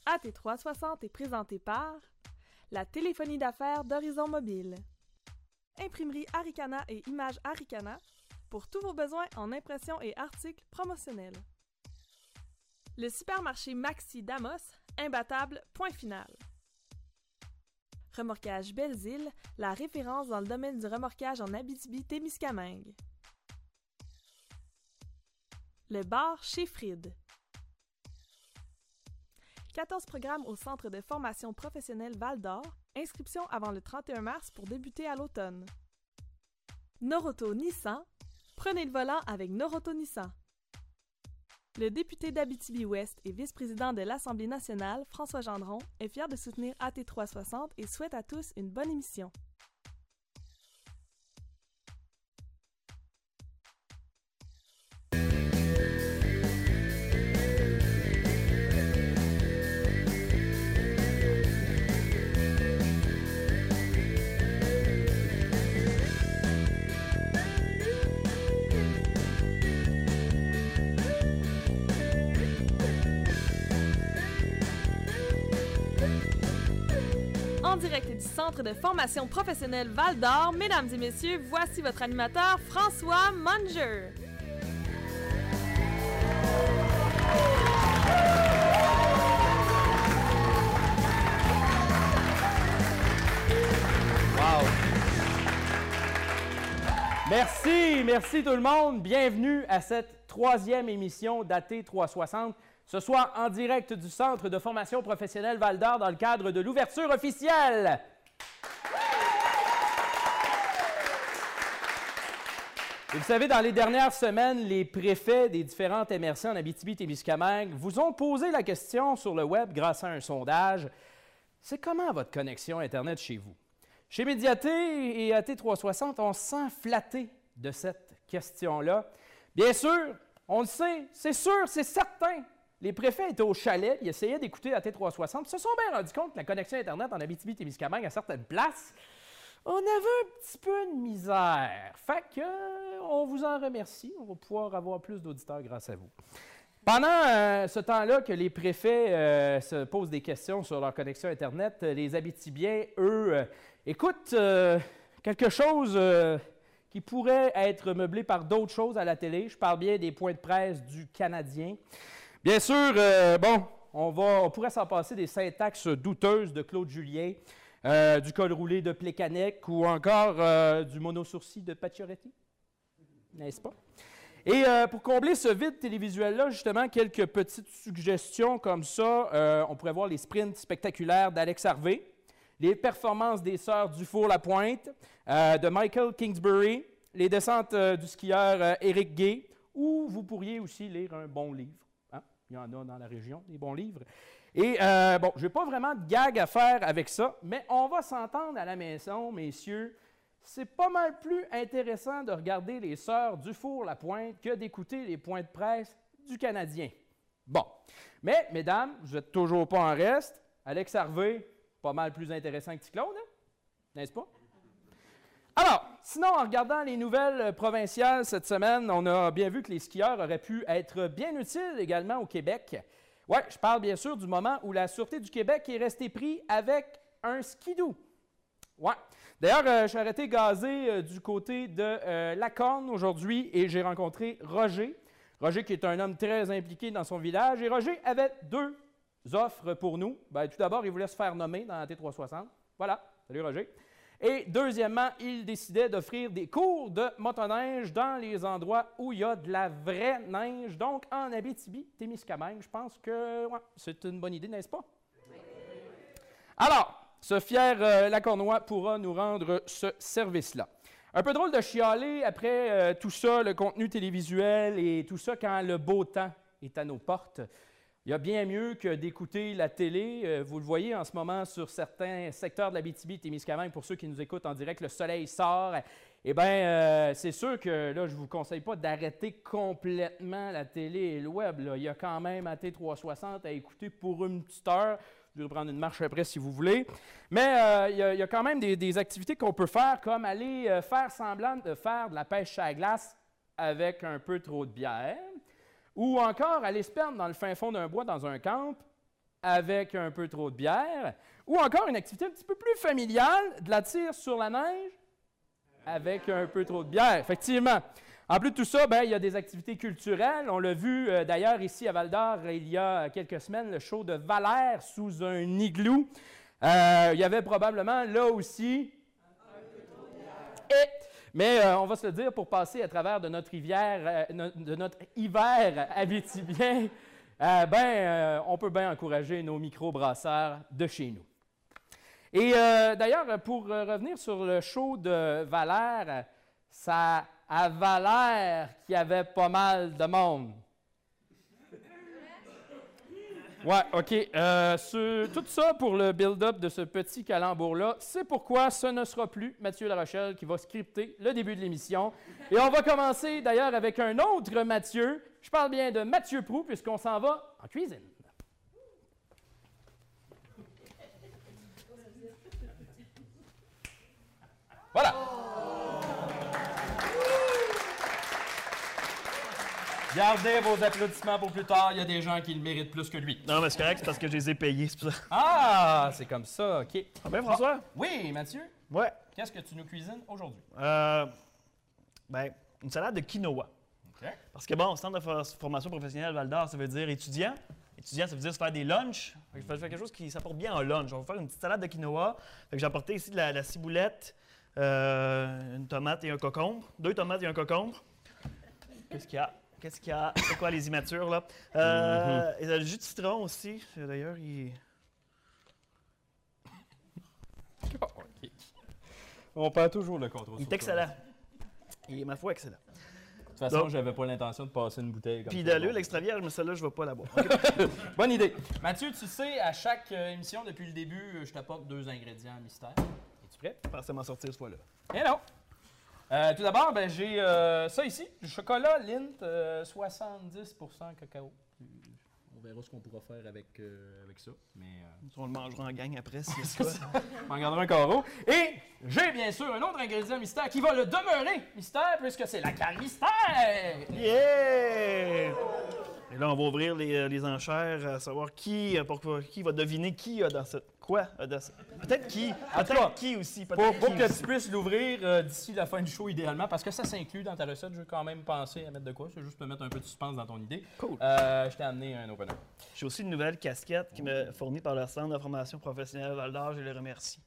AT360 est présenté par la téléphonie d'affaires d'Horizon Mobile, Imprimerie Arikana et Images Arikana pour tous vos besoins en impressions et articles promotionnels. Le supermarché Maxi d'Amos, imbattable, point final. Remorquage Belles-Îles, la référence dans le domaine du remorquage en Abitibi-Témiscamingue. Le bar chez Fried. 14 programmes au Centre de formation professionnelle Val-d'Or. Inscription avant le 31 mars pour débuter à l'automne. Noroto Nissan. Prenez le volant avec Noroto Nissan. Le député d'Abitibi-Ouest et vice-président de l'Assemblée nationale, François Gendron, est fier de soutenir AT360 et souhaite à tous une bonne émission. En direct du Centre de formation professionnelle Val-d'Or, mesdames et messieurs, voici votre animateur François Munger. Wow! Merci tout le monde. Bienvenue à cette troisième émission d'AT360. Ce soir, en direct du Centre de formation professionnelle Val-d'Or dans le cadre de l'ouverture officielle. Et vous savez, dans les dernières semaines, les préfets des différentes MRC en Abitibi-Témiscamingue vous ont posé la question sur le web grâce à un sondage. C'est comment votre connexion Internet chez vous? Chez Médiaté et AT360, on se sent flatté de cette question-là. Bien sûr, on le sait, c'est sûr, c'est certain. Les préfets étaient au chalet, ils essayaient d'écouter la T360, ils se sont bien rendus compte que la connexion Internet en Abitibi-Témiscamingue à certaines places, on avait un petit peu de misère. Fait que, on vous en remercie, on va pouvoir avoir plus d'auditeurs grâce à vous. Pendant ce temps-là que les préfets se posent des questions sur leur connexion Internet, les Abitibiens, eux, écoutent quelque chose qui pourrait être meublé par d'autres choses à la télé. Je parle bien des points de presse du Canadien. Bien sûr, on pourrait s'en passer des syntaxes douteuses de Claude Julien, du col roulé de Plécanec ou encore du monosourcil de Pacioretty, n'est-ce pas? Et pour combler ce vide télévisuel-là, justement, quelques petites suggestions comme ça. On pourrait voir les sprints spectaculaires d'Alex Harvey, les performances des sœurs Dufour-Lapointe, de Michael Kingsbury, les descentes du skieur Éric Gay, ou vous pourriez aussi lire un bon livre. Il y en a dans la région, des bons livres. Et je n'ai pas vraiment de gag à faire avec ça, mais on va s'entendre à la maison, messieurs. C'est pas mal plus intéressant de regarder les sœurs Dufour-Lapointe que d'écouter les points de presse du Canadien. Bon. Mais, mesdames, vous n'êtes toujours pas en reste. Alex Harvey, pas mal plus intéressant que Claude, hein? N'est-ce pas? Alors, sinon, en regardant les nouvelles provinciales cette semaine, on a bien vu que les skieurs auraient pu être bien utiles également au Québec. Oui, je parle bien sûr du moment où la Sûreté du Québec est restée prise avec un skidoo. Ouais. D'ailleurs, je suis arrêté gazé du côté de Lacorne aujourd'hui et j'ai rencontré Roger. Roger qui est un homme très impliqué dans son village. Et Roger avait deux offres pour nous. Bien, tout d'abord, il voulait se faire nommer dans la T360. Voilà. Salut Roger. Et deuxièmement, il décidait d'offrir des cours de motoneige dans les endroits où il y a de la vraie neige. Donc, en Abitibi-Témiscamingue, je pense que c'est une bonne idée, n'est-ce pas? Alors, ce fier Lacornois pourra nous rendre ce service-là. Un peu drôle de chialer après tout ça, le contenu télévisuel et tout ça, quand le beau temps est à nos portes. Il y a bien mieux que d'écouter la télé. Vous le voyez en ce moment sur certains secteurs de l'Abitibi-Témiscamingue. Pour ceux qui nous écoutent en direct, le soleil sort. Eh bien, c'est sûr que là, je ne vous conseille pas d'arrêter complètement la télé et le web. Là. Il y a quand même AT360 à écouter pour une petite heure. Je vais prendre une marche après si vous voulez. Mais il y a quand même des activités qu'on peut faire, comme aller faire semblant de faire de la pêche à la glace avec un peu trop de bière. Ou encore aller se perdre dans le fin fond d'un bois dans un camp avec un peu trop de bière, ou encore une activité un petit peu plus familiale, de la tire sur la neige avec un peu trop de bière, effectivement. En plus de tout ça, il y a des activités culturelles. On l'a vu d'ailleurs ici à Val-d'Or il y a quelques semaines, le show de Valère sous un igloo. Il y avait probablement là aussi... Mais on va se le dire, pour passer à travers de notre hiver abitibien, on peut bien encourager nos microbrasseurs de chez nous. Et d'ailleurs, pour revenir sur le show de Valère, ça avait l'air qu'il y avait pas mal de monde. Ouais, OK. Tout ça pour le build-up de ce petit calembour-là. C'est pourquoi ce ne sera plus Mathieu Larochelle qui va scripter le début de l'émission. Et on va commencer d'ailleurs avec un autre Mathieu. Je parle bien de Mathieu Proulx, puisqu'on s'en va en cuisine. Voilà. Gardez vos applaudissements pour plus tard. Il y a des gens qui le méritent plus que lui. Non, mais c'est correct, c'est parce que je les ai payés, c'est pour ça. Ah, c'est comme ça, OK. Ah ben, François? Oui, Mathieu? Ouais. Qu'est-ce que tu nous cuisines aujourd'hui? Une salade de quinoa. OK. Parce que bon, centre de formation professionnelle Val-d'Or, ça veut dire étudiant. Étudiant, ça veut dire se faire des lunchs. Fait que je fais quelque chose qui s'apporte bien en lunch. On va faire une petite salade de quinoa. Fait que j'ai apporté ici de la ciboulette, une tomate et un concombre. 2 tomates et un concombre. Qu'est-ce qu'il y a? C'est quoi les immatures, là? Et le jus de citron aussi. D'ailleurs, il... OK. On perd toujours le contrôle. Il est excellent. Il est, ma foi, excellent. De toute façon, j'avais pas l'intention de passer une bouteille comme ça. Puis de l'huile extra vierge, mais celle-là, je ne vais pas la boire. Bonne idée. Mathieu, tu sais, à chaque émission, depuis le début, je t'apporte 2 ingrédients mystères. Es-tu prêt? Je pensais m'en sortir ce fois-là. Eh non! Tout d'abord, j'ai ça ici, du chocolat Lindt, 70% cacao. On verra ce qu'on pourra faire avec ça. Mais, On le mangera en gang après, si c'est ça. on en gardera un carreau. Et j'ai bien sûr un autre ingrédient mystère qui va le demeurer mystère, puisque c'est la canne mystère! Yeah! Et là, on va ouvrir les enchères à savoir qui va deviner qui a dans cette... Quoi a dans cette... Peut-être qui. Peut-être qui aussi. Pour que tu puisses l'ouvrir d'ici la fin du show, idéalement, parce que ça s'inclut dans ta recette. Je veux quand même penser à mettre de quoi. C'est juste pour mettre un peu de suspense dans ton idée. Cool. Je t'ai amené un opener. J'ai aussi une nouvelle casquette qui m'est fournie par le Centre de formation professionnelle Val-d'Or. Je les remercie.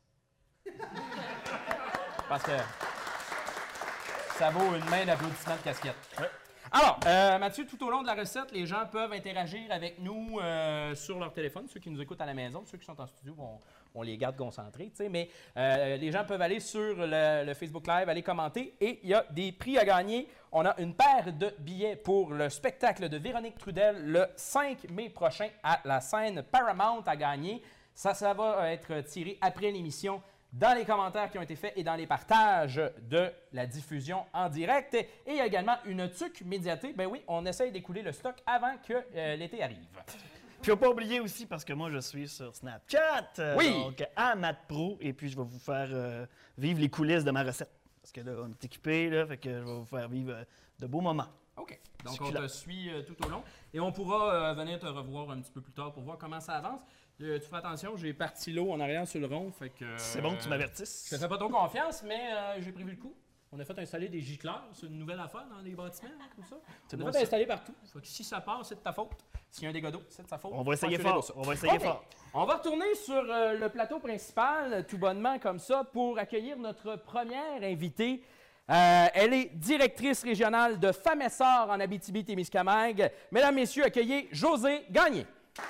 Parce que ça vaut une main d'applaudissement de casquette. Ouais. Alors, Mathieu, tout au long de la recette, les gens peuvent interagir avec nous sur leur téléphone. Ceux qui nous écoutent à la maison, ceux qui sont en studio, on les garde concentrés. Mais les gens peuvent aller sur le Facebook Live, aller commenter. Et il y a des prix à gagner. On a une paire de billets pour le spectacle de Véronique Trudel le 5 mai prochain à la scène Paramount à gagner. Ça va être tiré après l'émission, dans les commentaires qui ont été faits et dans les partages de la diffusion en direct. Et il y a également une tuque médiatée. Ben oui, on essaye d'écouler le stock avant que l'été arrive. Puis il ne faut pas oublier aussi, parce que moi, je suis sur Snapchat. Oui! Donc, à MathPro. Et puis, je vais vous faire vivre les coulisses de ma recette. Parce que là, on est équipés, là, fait que je vais vous faire vivre de beaux moments. OK. Donc, on te suit tout au long. Et on pourra venir te revoir un petit peu plus tard pour voir comment ça avance. Tu fais attention, j'ai parti l'eau en arrière sur le rond, fait que... C'est bon que tu m'avertisses. Je te fais pas trop confiance, mais j'ai prévu le coup. On a fait installer des gicleurs, c'est une nouvelle affaire dans les bâtiments, comme ça. On a fait installer partout. Fait que si ça part, c'est de ta faute. S'il y a un dégât d'eau, c'est de sa faute. On va essayer fort. On va essayer fort. On va retourner sur le plateau principal, tout bonnement comme ça, pour accueillir notre première invitée. Elle est directrice régionale de Famessor en Abitibi-Témiscamingue. Mesdames, Messieurs, accueillez Josée Gagné.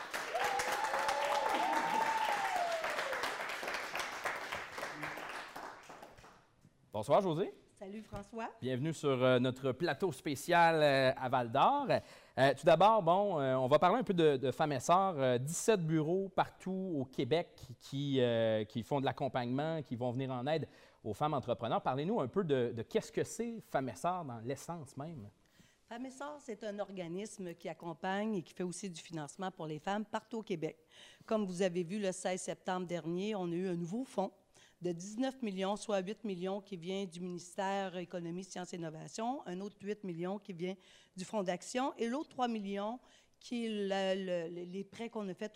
Bonsoir, Josée. Salut, François. Bienvenue sur notre plateau spécial à Val-d'Or. Tout d'abord, on va parler un peu de Famessor. 17 bureaux partout au Québec qui font de l'accompagnement, qui vont venir en aide aux femmes entrepreneurs. Parlez-nous un peu de qu'est-ce que c'est Famessor dans l'essence même. Famessor, c'est un organisme qui accompagne et qui fait aussi du financement pour les femmes partout au Québec. Comme vous avez vu, le 16 septembre dernier, on a eu un nouveau fonds de 19 millions, soit 8 millions qui vient du ministère Économie, Sciences et Innovation, un autre 8 millions qui vient du Fonds d'action et l'autre 3 millions qui est les prêts qu'on a faits au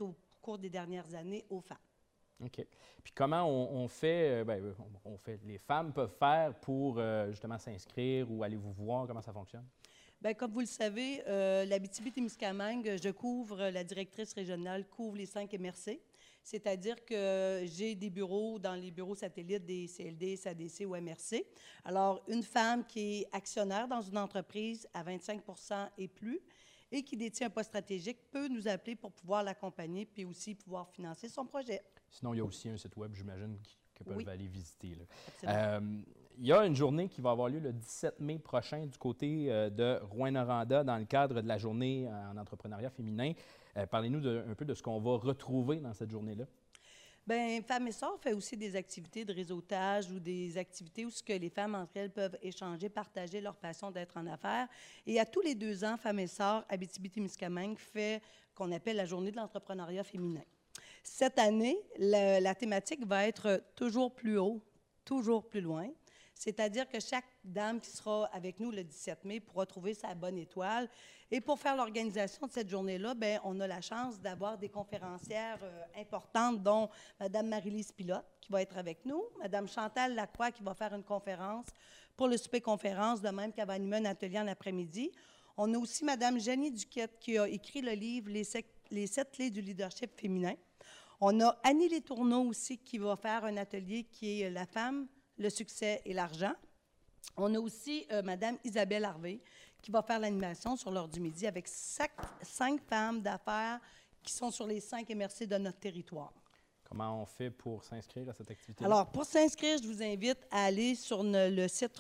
cours des dernières années aux femmes. OK. Puis comment on fait, les femmes peuvent faire pour justement s'inscrire ou aller vous voir? Comment ça fonctionne? Bien, comme vous le savez, l'Abitibi-Témiscamingue, la directrice régionale couvre les 5 MRC, c'est-à-dire que j'ai des bureaux dans les bureaux satellites des CLD, SADC ou MRC. Alors, une femme qui est actionnaire dans une entreprise à 25 et plus et qui détient un poste stratégique peut nous appeler pour pouvoir l'accompagner puis aussi pouvoir financer son projet. Sinon, il y a aussi un site web, j'imagine, que peuvent aller visiter. Il y a une journée qui va avoir lieu le 17 mai prochain du côté de Rouyn-Noranda dans le cadre de la journée en entrepreneuriat féminin. Parlez-nous un peu de ce qu'on va retrouver dans cette journée-là. Bien, Femmes et Sœurs fait aussi des activités de réseautage ou des activités où ce que les femmes entre elles peuvent échanger, partager leur passion d'être en affaires. Et à tous les 2 ans, Femmes et Sœurs Abitibi-Témiscamingue fait qu'on appelle la journée de l'entrepreneuriat féminin. Cette année, la thématique va être toujours plus haut, toujours plus loin. C'est-à-dire que chaque dame qui sera avec nous le 17 mai pourra trouver sa bonne étoile. Et pour faire l'organisation de cette journée-là, bien, on a la chance d'avoir des conférencières importantes, dont Mme Marie-Lise Pilote, qui va être avec nous, Mme Chantal Lacroix, qui va faire une conférence pour le souper-conférence, de même qu'elle va animer un atelier en après-midi. On a aussi Mme Jenny Duquette, qui a écrit le livre « Les 7 clés du leadership féminin ». On a Annie Letourneau aussi, qui va faire un atelier qui est « La femme, le succès et l'argent ». On a aussi Mme Isabelle Harvey qui va faire l'animation sur l'heure du midi avec 5 femmes d'affaires qui sont sur les 5 MRC de notre territoire. Comment on fait pour s'inscrire à cette activité? Alors, pour s'inscrire, je vous invite à aller sur le site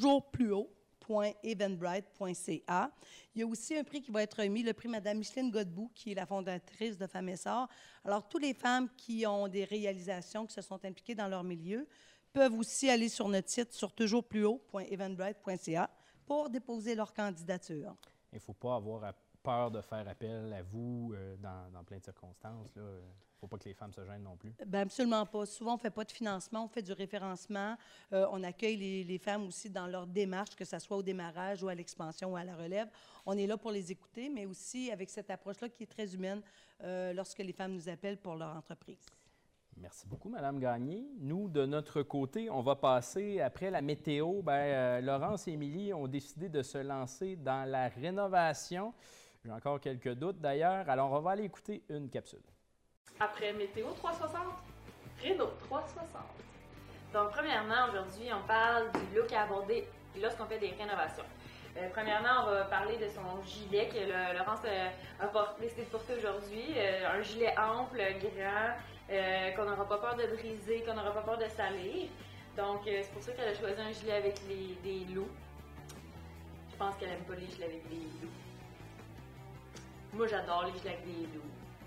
toujoursplushaut.eventbrite.ca. Il y a aussi un prix qui va être remis, le prix Mme Micheline Godbout, qui est la fondatrice de Femmes et Sœurs. Alors, toutes les femmes qui ont des réalisations, qui se sont impliquées dans leur milieu, peuvent aussi aller sur notre site sur toujoursplushaut.eventbrite.ca pour déposer leur candidature. Il ne faut pas avoir peur de faire appel à vous dans plein de circonstances. Il ne faut pas que les femmes se gênent non plus. Bien, absolument pas. Souvent, on ne fait pas de financement, on fait du référencement. On accueille les femmes aussi dans leur démarche, que ce soit au démarrage ou à l'expansion ou à la relève. On est là pour les écouter, mais aussi avec cette approche-là qui est très humaine lorsque les femmes nous appellent pour leur entreprise. Merci beaucoup, Mme Gagné. Nous, de notre côté, on va passer, après la météo, Laurence et Émilie ont décidé de se lancer dans la rénovation. J'ai encore quelques doutes d'ailleurs, alors on va aller écouter une capsule. Après Météo 360, Réno 360. Donc, premièrement, aujourd'hui, on parle du look à aborder lorsqu'on fait des rénovations. Premièrement, on va parler de son gilet que Laurence a décidé de porter aujourd'hui. Un gilet ample, grand, qu'on n'aura pas peur de briser, qu'on n'aura pas peur de salir. Donc, c'est pour ça qu'elle a choisi un gilet avec des loups. Je pense qu'elle n'aime pas les gilets avec des loups. Moi, j'adore les gilets avec des loups.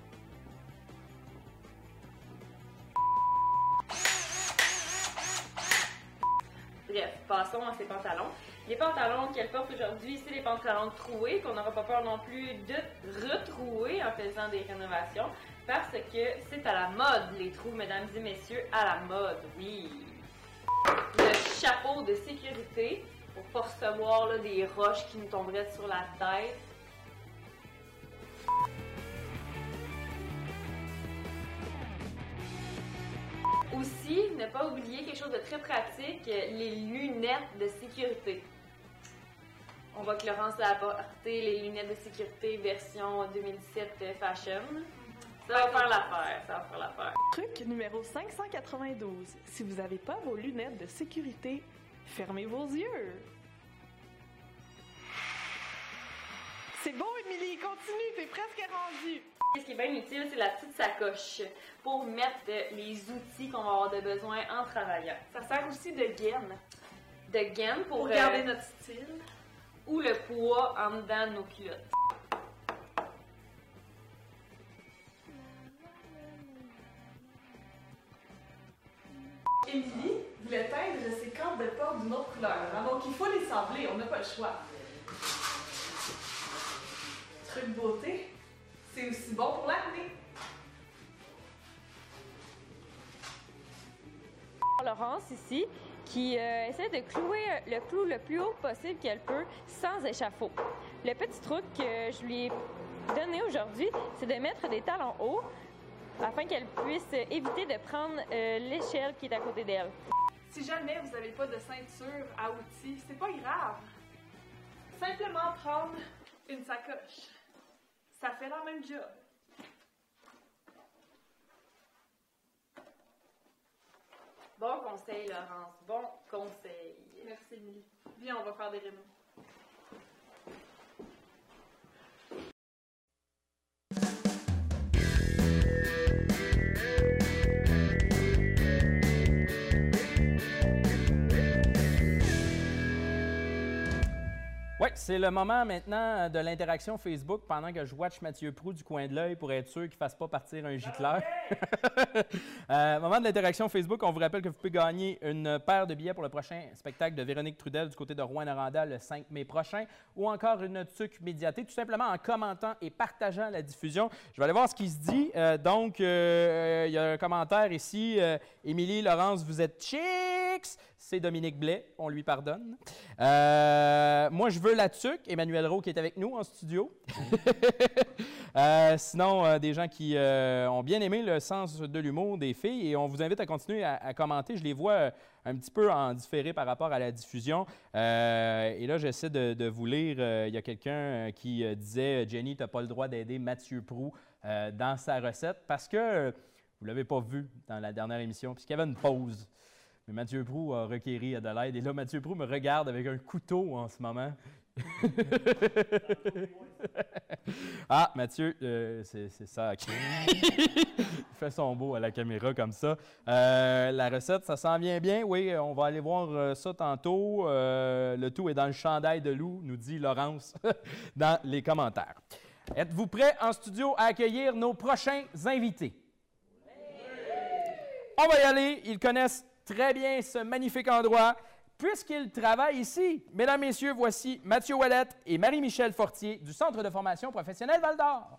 Bref, passons à ses pantalons. Les pantalons qu'elle porte aujourd'hui, c'est les pantalons troués, qu'on n'aura pas peur non plus de retrouer en faisant des rénovations, parce que c'est à la mode, les trous, mesdames et messieurs, à la mode, oui. Le chapeau de sécurité, pour pas recevoir là, des roches qui nous tomberaient sur la tête. Aussi, ne pas oublier quelque chose de très pratique, les lunettes de sécurité. On voit que Laurence a apporté les lunettes de sécurité version 2017 fashion. Ça va faire l'affaire, ça va faire l'affaire. Truc numéro 592. Si vous n'avez pas vos lunettes de sécurité, fermez vos yeux. C'est bon, Émilie, continue, t'es presque rendue. Ce qui est bien utile, c'est la petite sacoche pour mettre les outils qu'on va avoir de besoin en travaillant. Ça sert aussi de gaine. De gaine pour garder notre style. Ou le poids en dedans de nos culottes. Émilie voulait teindre ses cordes de porte d'une autre couleur, hein? Donc il faut les sabler, on n'a pas le choix. Truc beauté, c'est aussi bon pour l'acné. Laurence ici, qui essaie de clouer le clou le plus haut possible qu'elle peut sans échafaud. Le petit truc que je lui ai donné aujourd'hui, c'est de mettre des talons hauts afin qu'elle puisse éviter de prendre l'échelle qui est à côté d'elle. Si jamais vous n'avez pas de ceinture à outils, c'est pas grave. Simplement prendre une sacoche. Ça fait la même job. Bon conseil, Laurence. Bon conseil. Merci, Émilie. Viens, on va faire des rénaux. Oui, c'est le moment maintenant de l'interaction Facebook pendant que je watch Mathieu Proulx du coin de l'œil pour être sûr qu'il ne fasse pas partir un gicleur. Moment de l'interaction Facebook, on vous rappelle que vous pouvez gagner une paire de billets pour le prochain spectacle de Véronique Trudel du côté de Rouyn-Noranda le 5 mai prochain ou encore une tuque médiathée, tout simplement en commentant et partageant la diffusion. Je vais aller voir ce qui se dit. Il y a un commentaire ici. Émilie, Laurence, vous êtes chicks! C'est Dominique Blais, on lui pardonne. Moi, je veux la tuque. Emmanuel Rowe qui est avec nous en studio. Sinon, des gens qui ont bien aimé le sens de l'humour des filles et on vous invite à continuer à commenter. Je les vois un petit peu en différé par rapport à la diffusion. Et là, j'essaie de vous lire. Il y a quelqu'un qui disait « Jenny, tu n'as pas le droit d'aider Mathieu Proulx dans sa recette parce que vous ne l'avez pas vu dans la dernière émission puisqu'il y avait une pause. » Mais Mathieu Proulx a requéri de l'aide. Et là, Mathieu Proulx me regarde avec un couteau en ce moment. Ah, Mathieu, c'est ça. Il fait son beau à la caméra comme ça. La recette, ça s'en vient bien. Oui, on va aller voir ça tantôt. Le tout est dans le chandail de loup, nous dit Laurence dans les commentaires. Êtes-vous prêts en studio à accueillir nos prochains invités? On va y aller. Ils connaissent très bien ce magnifique endroit, puisqu'ils travaillent ici. Mesdames, Messieurs, voici Mathieu Ouellette et Marie-Michel Fortier du Centre de formation professionnelle Val-d'Or.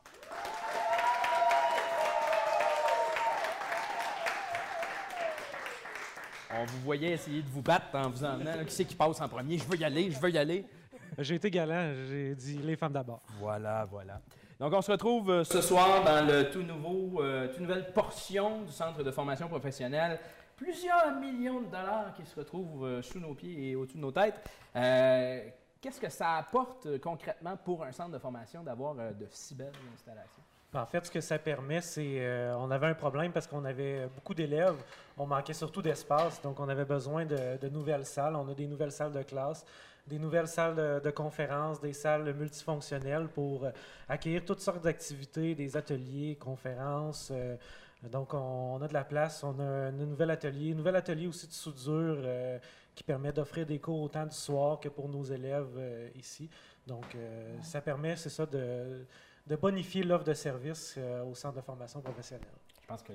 On vous voyait essayer de vous battre en vous emmenant. Qui c'est qui passe en premier? Je veux y aller, je veux y aller. J'ai été galant, j'ai dit les femmes d'abord. Voilà, voilà. Donc, on se retrouve ce soir dans le toute nouvelle portion du Centre de formation professionnelle. Plusieurs millions de dollars qui se retrouvent sous nos pieds et au-dessus de nos têtes. Qu'est-ce que ça apporte concrètement pour un centre de formation d'avoir de si belles installations? En fait, ce que ça permet, c'est on avait un problème parce qu'on avait beaucoup d'élèves, on manquait surtout d'espace, donc on avait besoin de nouvelles salles. On a des nouvelles salles de classe, des nouvelles salles de conférences, des salles multifonctionnelles pour accueillir toutes sortes d'activités, des ateliers, conférences. Donc, on a de la place, on a un nouvel atelier aussi de soudure qui permet d'offrir des cours autant du soir que pour nos élèves ici. Donc, ça permet, c'est ça, de bonifier l'offre de service au centre de formation professionnelle. Je pense que...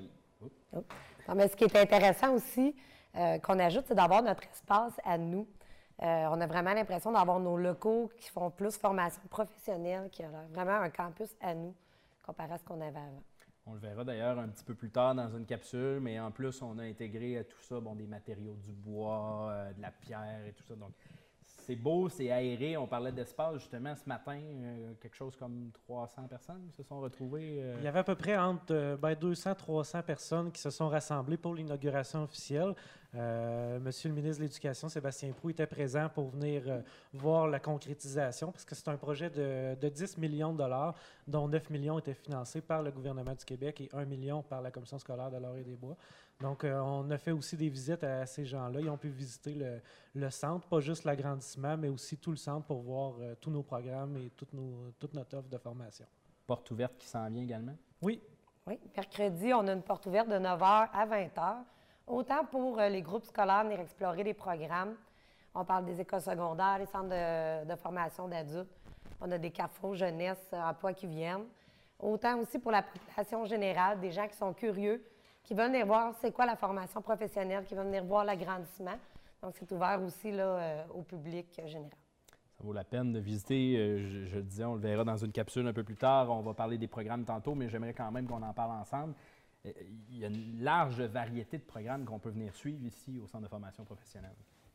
Non, mais ce qui est intéressant aussi qu'on ajoute, c'est d'avoir notre espace à nous. On a vraiment l'impression d'avoir nos locaux qui font plus formation professionnelle, qui a vraiment un campus à nous comparé à ce qu'on avait avant. On le verra d'ailleurs un petit peu plus tard dans une capsule, mais en plus, on a intégré à tout ça des matériaux du bois, de la pierre et tout ça. Donc, c'est beau, c'est aéré. On parlait d'espace justement ce matin. Quelque chose comme 300 personnes se sont retrouvées. Il y avait à peu près entre 200 et 300 personnes qui se sont rassemblées pour l'inauguration officielle. Monsieur le ministre de l'Éducation, Sébastien Proulx, était présent pour venir voir la concrétisation parce que c'est un projet de 10 millions de dollars, dont 9 millions étaient financés par le gouvernement du Québec et 1 million par la Commission scolaire de Laurier-des-Bois. Donc, on a fait aussi des visites à ces gens-là. Ils ont pu visiter le centre, pas juste l'agrandissement, mais aussi tout le centre pour voir tous nos programmes et toute notre offre de formation. Porte ouverte qui s'en vient également? Oui. Oui. Mercredi, on a une porte ouverte de 9h à 20h. Autant pour les groupes scolaires venir explorer les programmes. On parle des écoles secondaires, les centres de formation d'adultes. On a des CAFO, jeunesse, emploi qui viennent. Autant aussi pour la population générale, des gens qui sont curieux, qui veulent venir voir c'est quoi la formation professionnelle, qui veulent venir voir l'agrandissement. Donc, c'est ouvert aussi là, au public général. Ça vaut la peine de visiter. Je le disais, on le verra dans une capsule un peu plus tard. On va parler des programmes tantôt, mais j'aimerais quand même qu'on en parle ensemble. Il y a une large variété de programmes qu'on peut venir suivre ici au Centre de formation professionnelle.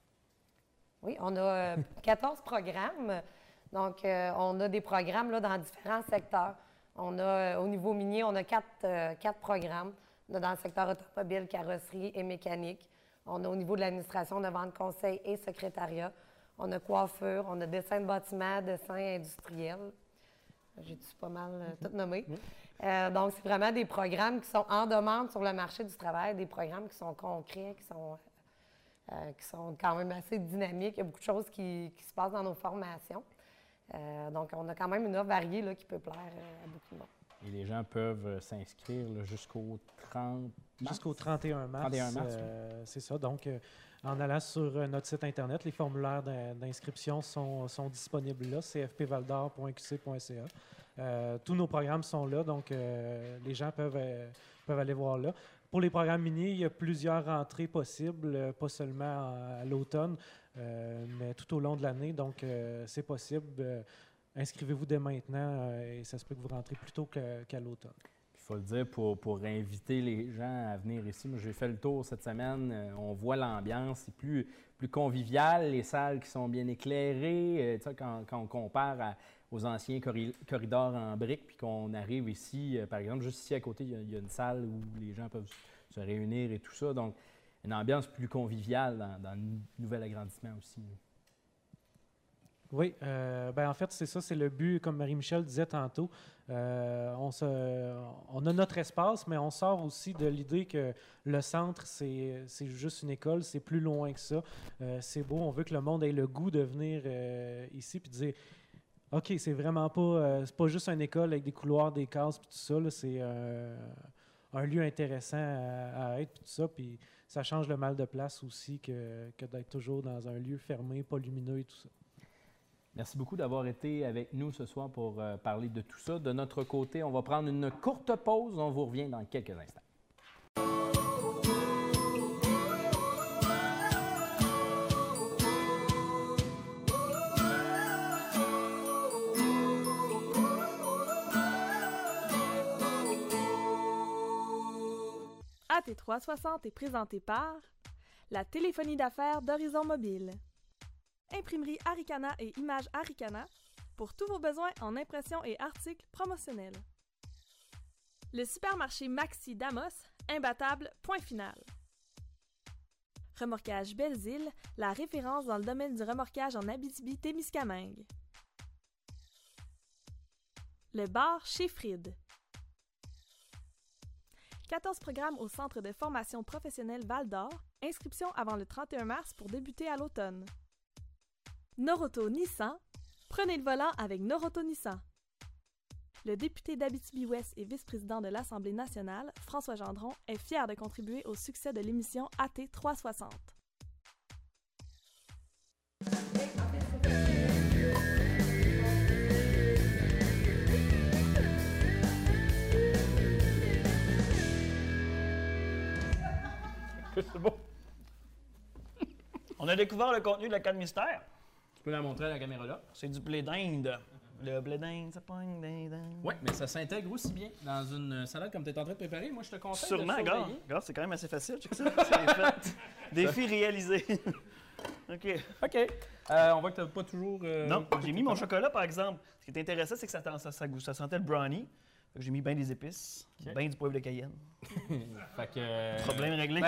Oui, on a 14 programmes. Donc, on a des programmes là, dans différents secteurs. On a, au niveau minier, on a quatre programmes. On a dans le secteur automobile, carrosserie et mécanique. On a au niveau de l'administration, on a vente conseil et secrétariat. On a coiffure, on a dessin de bâtiment, dessin industriel. J'ai-tu pas mal tout nommé? Donc, c'est vraiment des programmes qui sont en demande sur le marché du travail, des programmes qui sont concrets, qui sont quand même assez dynamiques. Il y a beaucoup de choses qui se passent dans nos formations. Donc, on a quand même une offre variée là, qui peut plaire à beaucoup de monde. Et les gens peuvent s'inscrire là, jusqu'au 30 mars? Jusqu'au 31 mars. 31 mars, oui. C'est ça. Donc, en allant sur notre site Internet, les formulaires d'inscription sont disponibles là, cfpvaldor.qc.ca. Tous nos programmes sont là, donc les gens peuvent aller voir là. Pour les programmes miniers, il y a plusieurs rentrées possibles, pas seulement à l'automne, mais tout au long de l'année. Donc, c'est possible. Inscrivez-vous dès maintenant et ça se peut que vous rentrez plus tôt qu'à l'automne. Il faut le dire pour inviter les gens à venir ici. Moi, j'ai fait le tour cette semaine. On voit l'ambiance. C'est plus convivial. Les salles qui sont bien éclairées. Quand on compare aux anciens corridors en briques, puis qu'on arrive ici, par exemple, juste ici à côté, il y a une salle où les gens peuvent se réunir et tout ça. Donc, une ambiance plus conviviale dans le nouvel agrandissement aussi. Oui, en fait, c'est ça, c'est le but, comme Marie-Michel disait tantôt. On a notre espace, mais on sort aussi de l'idée que le centre, c'est juste une école, c'est plus loin que ça. C'est beau, on veut que le monde ait le goût de venir ici puis de dire OK, c'est vraiment pas, c'est pas juste une école avec des couloirs, des cases puis tout ça, là, c'est un lieu intéressant à être puis tout ça, puis ça change le mal de place aussi que d'être toujours dans un lieu fermé, pas lumineux et tout ça. Merci beaucoup d'avoir été avec nous ce soir pour parler de tout ça. De notre côté, on va prendre une courte pause. On vous revient dans quelques instants. AT360 est présenté par la téléphonie d'affaires d'Horizon Mobile. Imprimerie Aricana et Images Aricana pour tous vos besoins en impression et articles promotionnels. Le supermarché Maxi d'Amos, imbattable, point final. Remorquage Belles-Îles, la référence dans le domaine du remorquage en Abitibi-Témiscamingue. Le bar chez Fried. 14 programmes au Centre de formation professionnelle Val-d'Or, inscription avant le 31 mars pour débuter à l'automne. Noroto Nissan, prenez le volant avec Noroto Nissan. Le député d'Abitibi-Ouest et vice-président de l'Assemblée nationale, François Gendron, est fier de contribuer au succès de l'émission AT360. C'est bon. On a découvert le contenu de la canne mystère. Tu peux la montrer à la caméra là? C'est du blé d'Inde. Le blé d'Inde, ça pogne d'Inde. Oui, mais ça s'intègre aussi bien dans une salade comme tu es en train de préparer. Moi, je te conseille Sûrement, de gars. surveiller. Gars, c'est quand même assez facile. Check ça. C'est fait. Défi réalisé. OK. OK. On voit que tu n'as pas toujours... Non, j'ai mis mon chocolat, par exemple. Ce qui est intéressant, c'est que ça sentait le brownie. Fait que j'ai mis bien des épices, bien du poivre de Cayenne. Fait que... Problème réglé.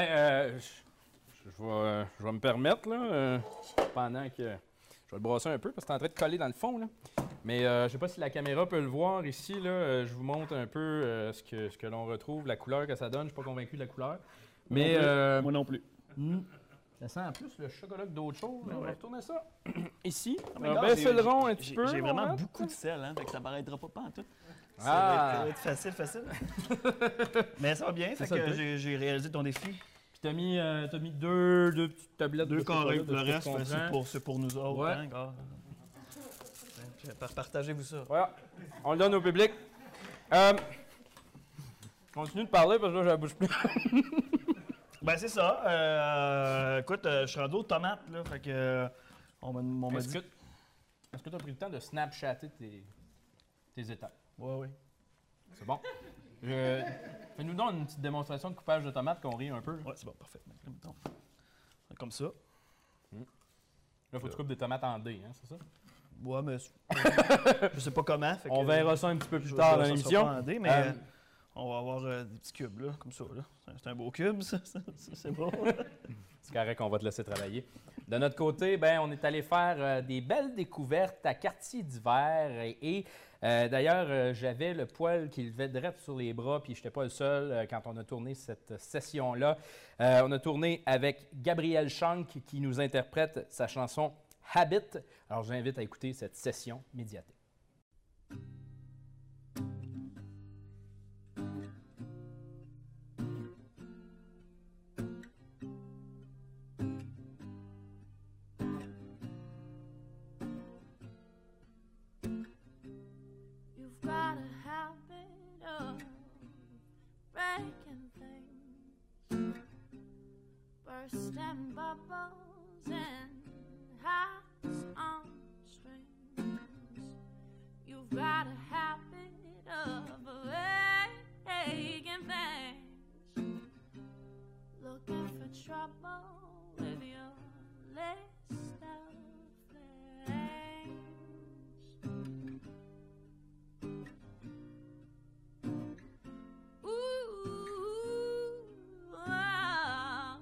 Je vais me permettre, là, pendant que... Je vais le brasser un peu parce que c'est en train de coller dans le fond, là. Mais je ne sais pas si la caméra peut le voir ici, là. Je vous montre un peu ce que l'on retrouve, la couleur que ça donne. Je ne suis pas convaincu de la couleur. Mais... Moi non plus. Ça sent en plus le chocolat que d'autres choses. Ouais. On va retourner ça ici. On Mais va gars, baisser le rond un petit peu. J'ai vraiment on va. beaucoup de sel, hein, fait que ça paraîtra pas en tout. Ah. Ça va être facile. Mais ça va bien, fait ça, que le j'ai réalisé ton défi. Puis t'as mis deux petites tablettes Deux de chocolat, carrés, de le ce que je reste, comprends. c'est pour nous autres. Ouais. Hein, gars. Partagez-vous ça. Voilà. On le donne au public. Continue de parler parce que là, j'ai la bouche pleine. Ben, c'est ça. Écoute, je suis rendu aux tomates, là. Fait que. On m'a dit. Est-ce que tu as pris le temps de snapchatter tes étapes? Oui. C'est bon. Fais-nous donc une petite démonstration de coupage de tomates qu'on rit un peu. Ouais, c'est bon, parfait. Comme ça. Là, faut que tu coupes des tomates en dés, hein, c'est ça? Ouais, mais je sais pas comment. Fait On que, verra ça un petit peu plus je- tard ça dans sera l'émission. pas en D, mais on va avoir des petits cubes, là, comme ça. Là. C'est un beau cube, ça. C'est bon. C'est correct, on va te laisser travailler. De notre côté, ben, on est allé faire des belles découvertes à Quartier d'hiver. D'ailleurs, j'avais le poil qui levait direct sur les bras, puis je n'étais pas le seul quand on a tourné cette session-là. On a tourné avec Gabriel Shank qui nous interprète sa chanson Habit. Alors, j'invite à écouter cette session médiatique. You've got a habit of breaking things, bursting bubbles and hearts on strings. You've got a habit of breaking things, looking for trouble with your list of things. Ooh, ah.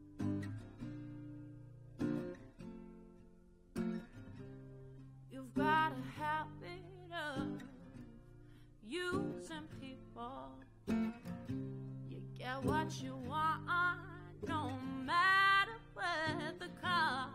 You've got a habit of using people. You get what you want, no matter what the cost.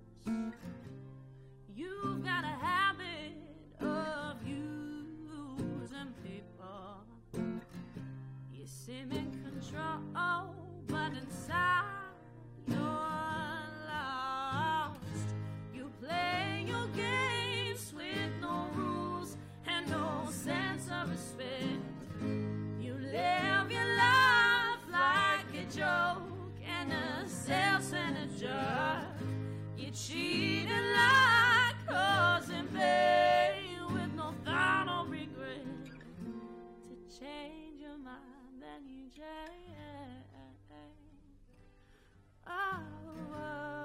You've got a habit of using people. You seem in control, but inside you're lost. You play your games with no rules and no sense of respect. You live your life like a joke and a self-centered jerk. You cheated like causing pain with no thought or regret. To change your mind, then you change. Oh, oh,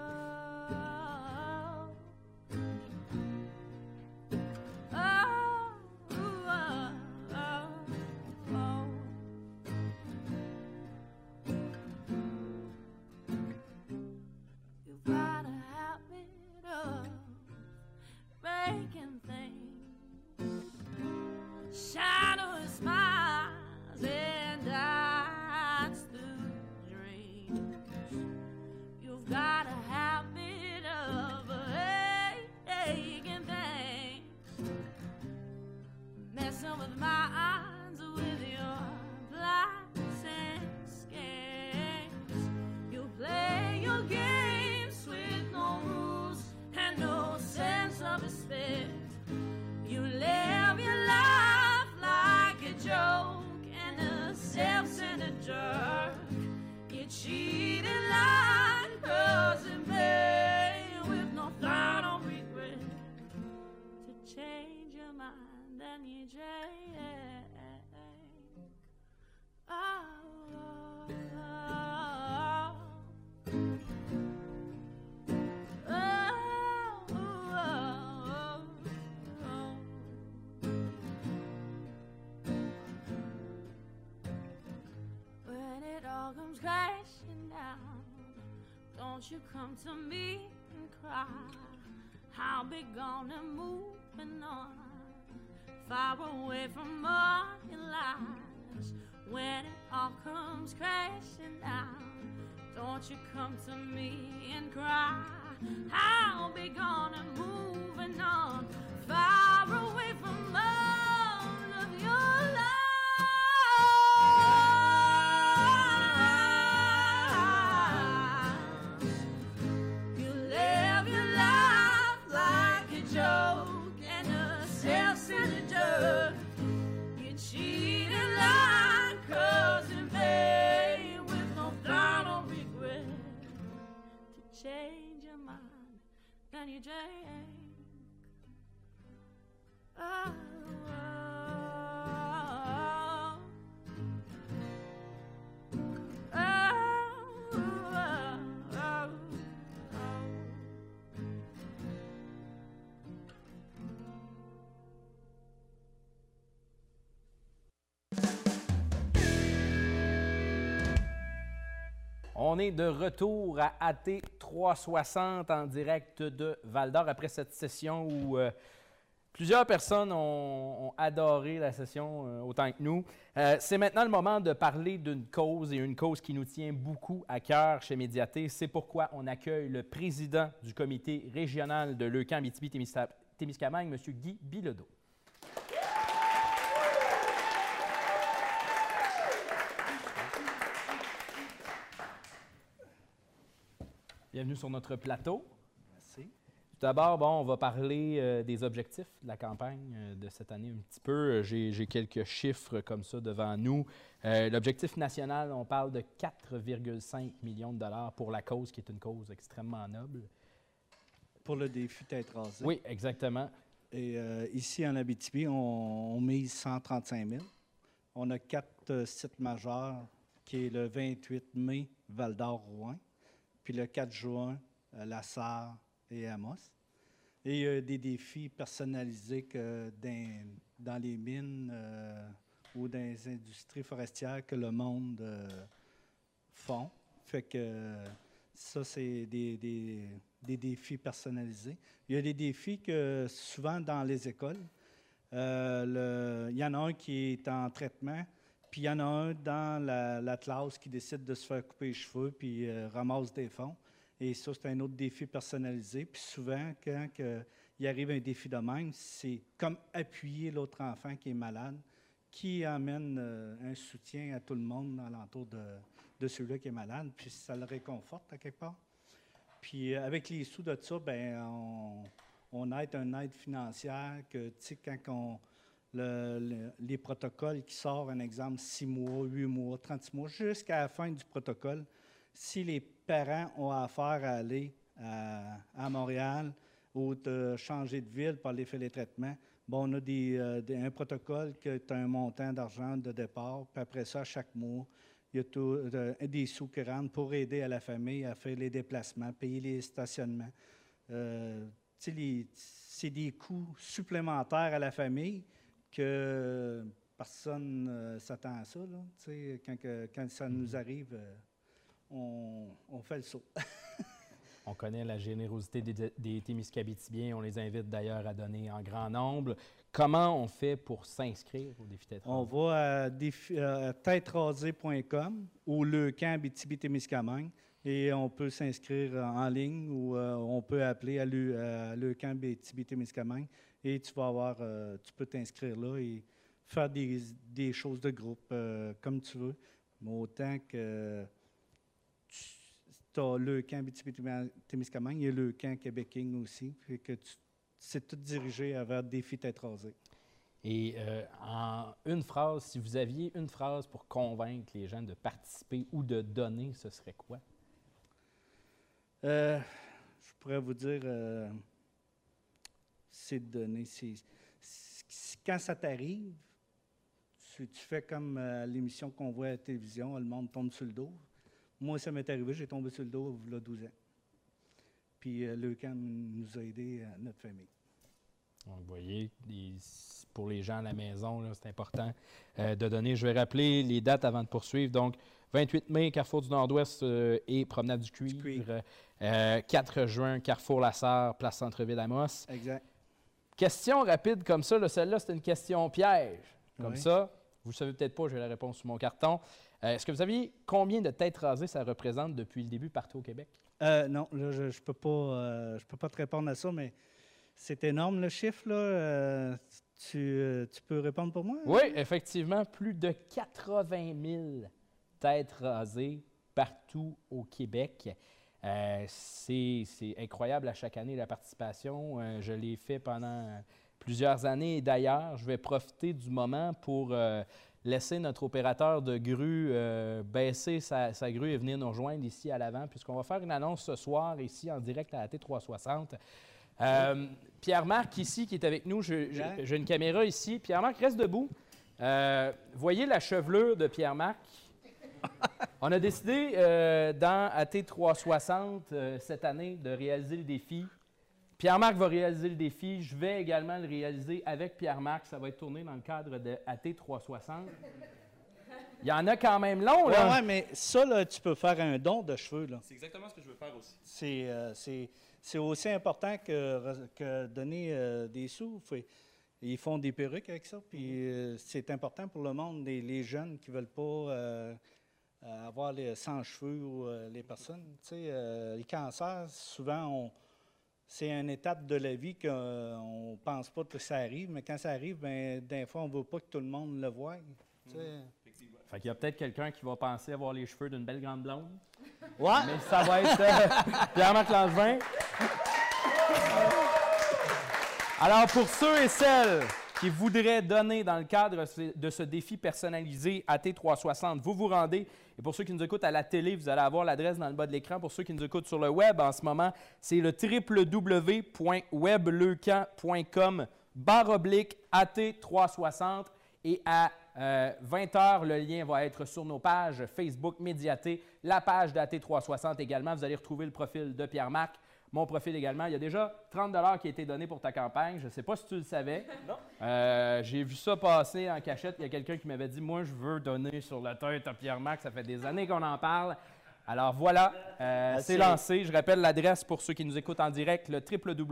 oh, oh, oh, oh. You've got a habit of breaking things, shadows smiles and dance through dreams. You've got a habit of breaking things, messing with minds with your plots and schemes. You play your games with no rules and no sense of respect. You live your life like a joke and a self-centered jerk. You cheated like causing pain with no thought or regret. To change your mind, then you change. Oh, oh, oh. Oh, oh, oh. When it all comes crashing down, don't you come to me and cry. I'll be gone and moving on, far away from all your lies. When it all comes crashing down, don't you come to me and cry. I'll be gone and moving on, far away from all of your lies. You live your life like a joke and a self-centered jerk. You cheated like causing pain with no thought or regret. To change your mind, then you drink. Oh, oh, oh, oh, oh, oh. On est de retour à AT 360 en direct de Val-d'Or après cette session où plusieurs personnes ont adoré la session autant que nous. C'est maintenant le moment de parler d'une cause et une cause qui nous tient beaucoup à cœur chez Médiaté. C'est pourquoi on accueille le président du comité régional de Leucan Abitibi-Témiscamingue, M. Guy Bilodeau. Bienvenue sur notre plateau. Merci. Tout d'abord, on va parler des objectifs de la campagne de cette année un petit peu. J'ai quelques chiffres comme ça devant nous. L'objectif national, on parle de 4,5 millions de dollars pour la cause, qui est une cause extrêmement noble. Pour le défi Tête rasée. Oui, exactement. Et ici, en Abitibi, on mise 135 000. On a 4 sites majeurs, qui est le 28 mai, Val-d'Or-Rouyn, puis le 4 juin, La Sarre et Amos. Et il y a des défis personnalisés que dans les mines ou dans les industries forestières que le monde font. Fait que ça, c'est des défis personnalisés. Il y a des défis que souvent dans les écoles, il y en a un qui est en traitement, puis il y en a un dans la classe qui décide de se faire couper les cheveux puis ramasse des fonds. Et ça, c'est un autre défi personnalisé. Puis souvent, quand il arrive un défi de même, c'est comme appuyer l'autre enfant qui est malade, qui amène un soutien à tout le monde alentour de celui-là qui est malade, puis ça le réconforte à quelque part. Puis avec les sous de ça, bien, on aide une aide financière que, tu sais, quand les protocoles qui sortent, un exemple, 6 mois, 8 mois, 36 mois, jusqu'à la fin du protocole, si les parents ont affaire à aller à Montréal ou de changer de ville pour aller faire les traitements, bon, on a un protocole qui a un montant d'argent de départ, puis après ça, chaque mois, il y a des sous qui rentrent pour aider à la famille à faire les déplacements, payer les stationnements. C'est des coûts supplémentaires à la famille que personne ne s'attend à ça. Là. Quand ça nous arrive, on fait le saut. On connaît la générosité des Témiscabitibiens. On les invite d'ailleurs à donner en grand nombre. Comment on fait pour s'inscrire au défi Tête rasée? On va à têterasée.com ou Leucan Abitibi-Témiscamingue et on peut s'inscrire en ligne ou on peut appeler à Leucan Abitibi-Témiscamingue et tu peux t'inscrire là et faire des choses de groupe comme tu veux. Mais autant que tu as Leucan Abitibi-Témiscamingue, il y a Leucan Québec-King aussi. Fait que c'est tout dirigé vers Défi Tête rasée. Et en une phrase, si vous aviez une phrase pour convaincre les gens de participer ou de donner, ce serait quoi? Je pourrais vous dire, c'est de donner. Quand ça t'arrive, tu fais comme l'émission qu'on voit à la télévision, le monde tombe sur le dos. Moi, ça m'est arrivé, j'ai tombé sur le dos il y a 12 ans. Puis Leucan nous a aidés, notre famille. Donc, vous voyez, pour les gens à la maison, c'est important de donner. Je vais rappeler les dates avant de poursuivre. Donc, 28 mai, Carrefour du Nord-Ouest et Promenade du Cuivre. 4 juin, Carrefour La Sarre, Place Centre-Ville Amos. Exact. Question rapide comme ça. Celle-là, c'est une question piège. Comme oui. Ça, vous ne savez peut-être pas, j'ai la réponse sur mon carton. Est-ce que vous saviez combien de têtes rasées ça représente depuis le début partout au Québec? Non, là, je ne peux pas te répondre à ça, mais c'est énorme le chiffre. Là. Tu peux répondre pour moi? Oui, effectivement, plus de 80 000 têtes rasées partout au Québec. C'est incroyable à chaque année la participation. Je l'ai fait pendant plusieurs années. Et d'ailleurs, je vais profiter du moment pour laisser notre opérateur de grue baisser sa grue et venir nous rejoindre ici à l'avant, puisqu'on va faire une annonce ce soir ici en direct à AT 360. Pierre-Marc ici qui est avec nous, j'ai une caméra ici. Pierre-Marc, reste debout. Voyez la chevelure de Pierre-Marc. On a décidé dans AT 360 cette année de réaliser le défi. Pierre-Marc va réaliser le défi. Je vais également le réaliser avec Pierre-Marc. Ça va être tourné dans le cadre de AT 360. Il y en a quand même long, là. Ouais, mais ça, là, tu peux faire un don de cheveux, là. C'est exactement ce que je veux faire aussi. C'est aussi important que donner des sous. Ils font des perruques avec ça, puis c'est important pour le monde, les jeunes qui ne veulent pas avoir sans cheveux ou les personnes. Tu sais, les cancers, souvent, c'est une étape de la vie qu'on ne pense pas que ça arrive, mais quand ça arrive, ben, des fois, on ne veut pas que tout le monde le voie. Tu sais. Fait qu'il y a peut-être quelqu'un qui va penser avoir les cheveux d'une belle grande blonde. Ouais. Mais ça va être Pierre-Marc Langevin. Alors, pour ceux et celles qui voudraient donner dans le cadre de ce défi personnalisé AT360, vous vous rendez. Et pour ceux qui nous écoutent à la télé, vous allez avoir l'adresse dans le bas de l'écran. Pour ceux qui nous écoutent sur le web en ce moment, c'est le www.webleucan.com/AT360. Et à 20h, le lien va être sur nos pages Facebook Médiaté, la page d'AT360 également. Vous allez retrouver le profil de Pierre-Marc, mon profil également. Il y a déjà 30 $ qui a été donné pour ta campagne. Je ne sais pas si tu le savais. Non. J'ai vu ça passer en cachette. Il y a quelqu'un qui m'avait dit « Moi, je veux donner sur la tête à Pierre-Marc. Ça fait des années qu'on en parle. » Alors voilà, c'est lancé. Je rappelle l'adresse pour ceux qui nous écoutent en direct, le